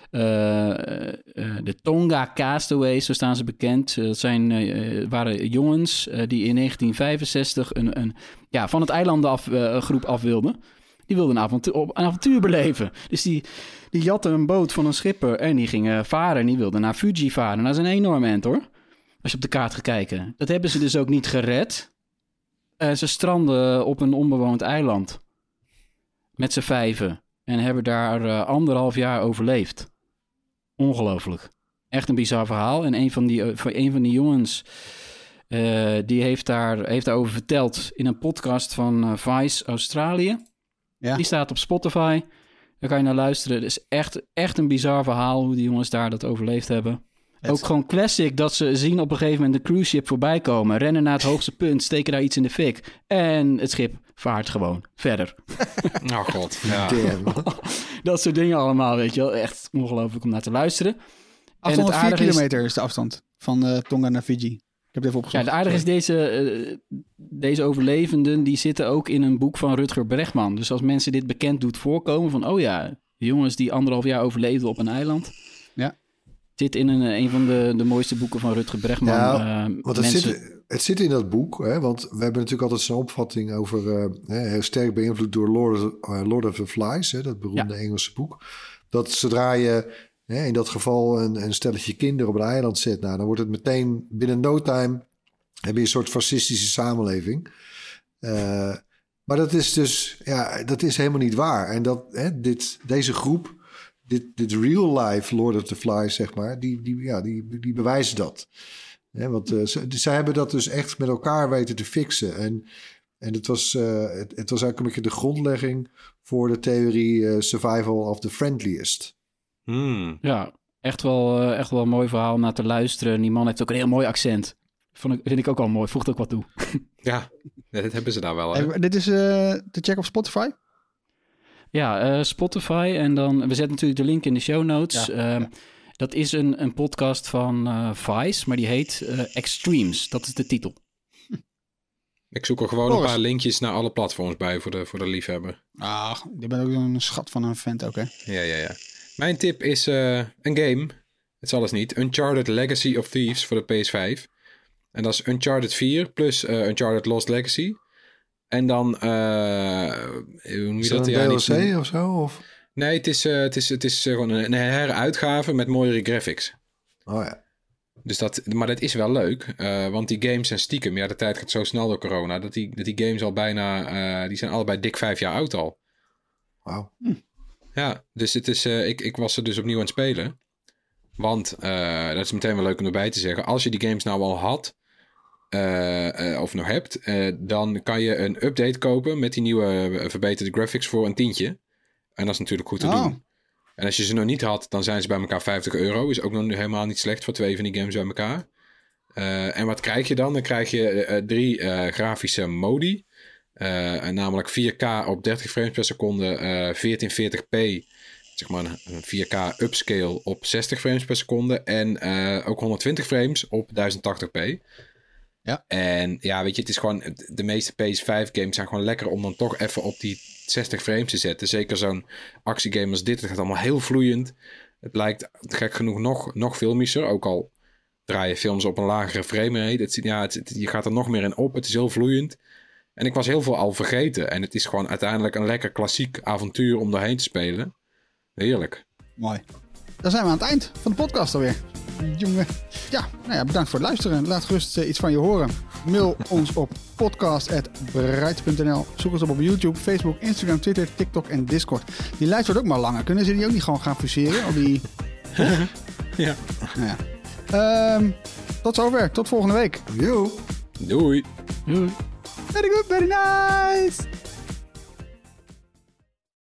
de Tonga Castaways, zo staan ze bekend. Dat waren jongens die in 1965 van het eilandengroep af wilden. Die wilden een avontuur beleven. Dus die jatten een boot van een schipper en die gingen varen. En die wilden naar Fuji varen. Dat is een enorm end, hoor. Als je op de kaart gaat kijken. Dat hebben ze dus ook niet gered. Ze stranden op een onbewoond eiland. Met z'n 5. En hebben daar 1,5 jaar overleefd. Ongelooflijk. Echt een bizar verhaal. En een van die jongens die heeft daarover verteld in een podcast van Vice Australië. Ja. Die staat op Spotify. Daar kan je naar luisteren. Het is echt een bizar verhaal hoe die jongens daar dat overleefd hebben. Ook gewoon classic dat ze zien op een gegeven moment de cruise ship voorbij komen. Rennen naar het hoogste punt, steken daar iets in de fik. En het schip vaart gewoon verder. Oh god. Ja. Dat soort dingen allemaal, weet je wel. Echt ongelooflijk om naar te luisteren. 804 kilometer is de afstand van Tonga naar Fiji. Ik heb het even opgezocht. Ja, het aardige is deze overlevenden, die zitten ook in een boek van Rutger Bregman. Dus als mensen dit bekend doet voorkomen van, oh ja, de jongens die 1,5 jaar overleefden op een eiland. Ja. Zit in een van de mooiste boeken van Rutger Bregman. Ja, want het zit in dat boek, hè, want we hebben natuurlijk altijd zo'n opvatting over, heel sterk beïnvloed door Lord of the Flies, hè, dat beroemde Engelse boek. Dat zodra je in dat geval een stelletje kinderen op een eiland zet, nou, dan wordt het meteen binnen no time heb je een soort fascistische samenleving. Maar dat is dus, dat is helemaal niet waar. En deze groep, dit real life Lord of the Flies, zeg maar, die bewijzen dat. Want zij hebben dat dus echt met elkaar weten te fixen. En het was eigenlijk een beetje de grondlegging voor de theorie survival of the friendliest. Ja, echt wel een mooi verhaal om naar te luisteren. Die man heeft ook een heel mooi accent. Vind ik ook wel mooi, voegt ook wat toe. Ja, dit hebben ze daar wel. Hè? Dit is te checken op Spotify? Ja, Spotify. En dan, we zetten natuurlijk de link in de show notes. Ja. Dat is een podcast van Vice, maar die heet Extremes. Dat is de titel. Ik zoek er gewoon een paar linkjes naar alle platforms bij voor de liefhebber. Ah, je bent ook een schat van een vent ook, hè? Ja. Mijn tip is een game. Het is alles niet. Uncharted Legacy of Thieves voor de PS5. En dat is Uncharted 4 plus Uncharted Lost Legacy. En dan... hoe noem je dat? Een DLC of zo? Of? Nee, het is gewoon een heruitgave met mooiere graphics. Oh ja. Dus maar dat is wel leuk. Want die games zijn stiekem. Ja, de tijd gaat zo snel door corona. Dat die games al bijna... die zijn allebei dik 5 jaar oud al. Wauw. Ja, dus het is... Ik was er dus opnieuw aan het spelen. Want, dat is meteen wel leuk om erbij te zeggen. Als je die games nou al had... of nog hebt... dan kan je een update kopen... met die nieuwe verbeterde graphics voor een $10. En dat is natuurlijk goed te doen. En als je ze nog niet had... dan zijn ze bij elkaar €50. Is ook nog helemaal niet slecht... voor 2 van die games bij elkaar. En wat krijg je dan? Dan krijg je 3 grafische modi. Namelijk 4K op 30 frames per seconde... 1440p... zeg maar een 4K upscale op 60 frames per seconde. En ook 120 frames op 1080p. Ja. En ja, weet je, het is gewoon... De meeste PS5 games zijn gewoon lekker om dan toch even op die 60 frames te zetten. Zeker zo'n actiegame als dit. Het gaat allemaal heel vloeiend. Het lijkt gek genoeg nog filmischer. Ook al draai je films op een lagere framerate. Je gaat er nog meer in op. Het is heel vloeiend. En ik was heel veel al vergeten. En het is gewoon uiteindelijk een lekker klassiek avontuur om doorheen te spelen. Heerlijk. Mooi. Dan zijn we aan het eind van de podcast alweer. Jongen. Ja, bedankt voor het luisteren. Laat gerust iets van je horen. Mail ons op podcast@bright.nl. Zoek ons op YouTube, Facebook, Instagram, Twitter, TikTok en Discord. Die lijst wordt ook maar langer. Kunnen ze die ook niet gewoon gaan fuseren? Of die... Ja. Nou ja. Tot zover. Tot volgende week. Yo. Doei. Very good, very nice.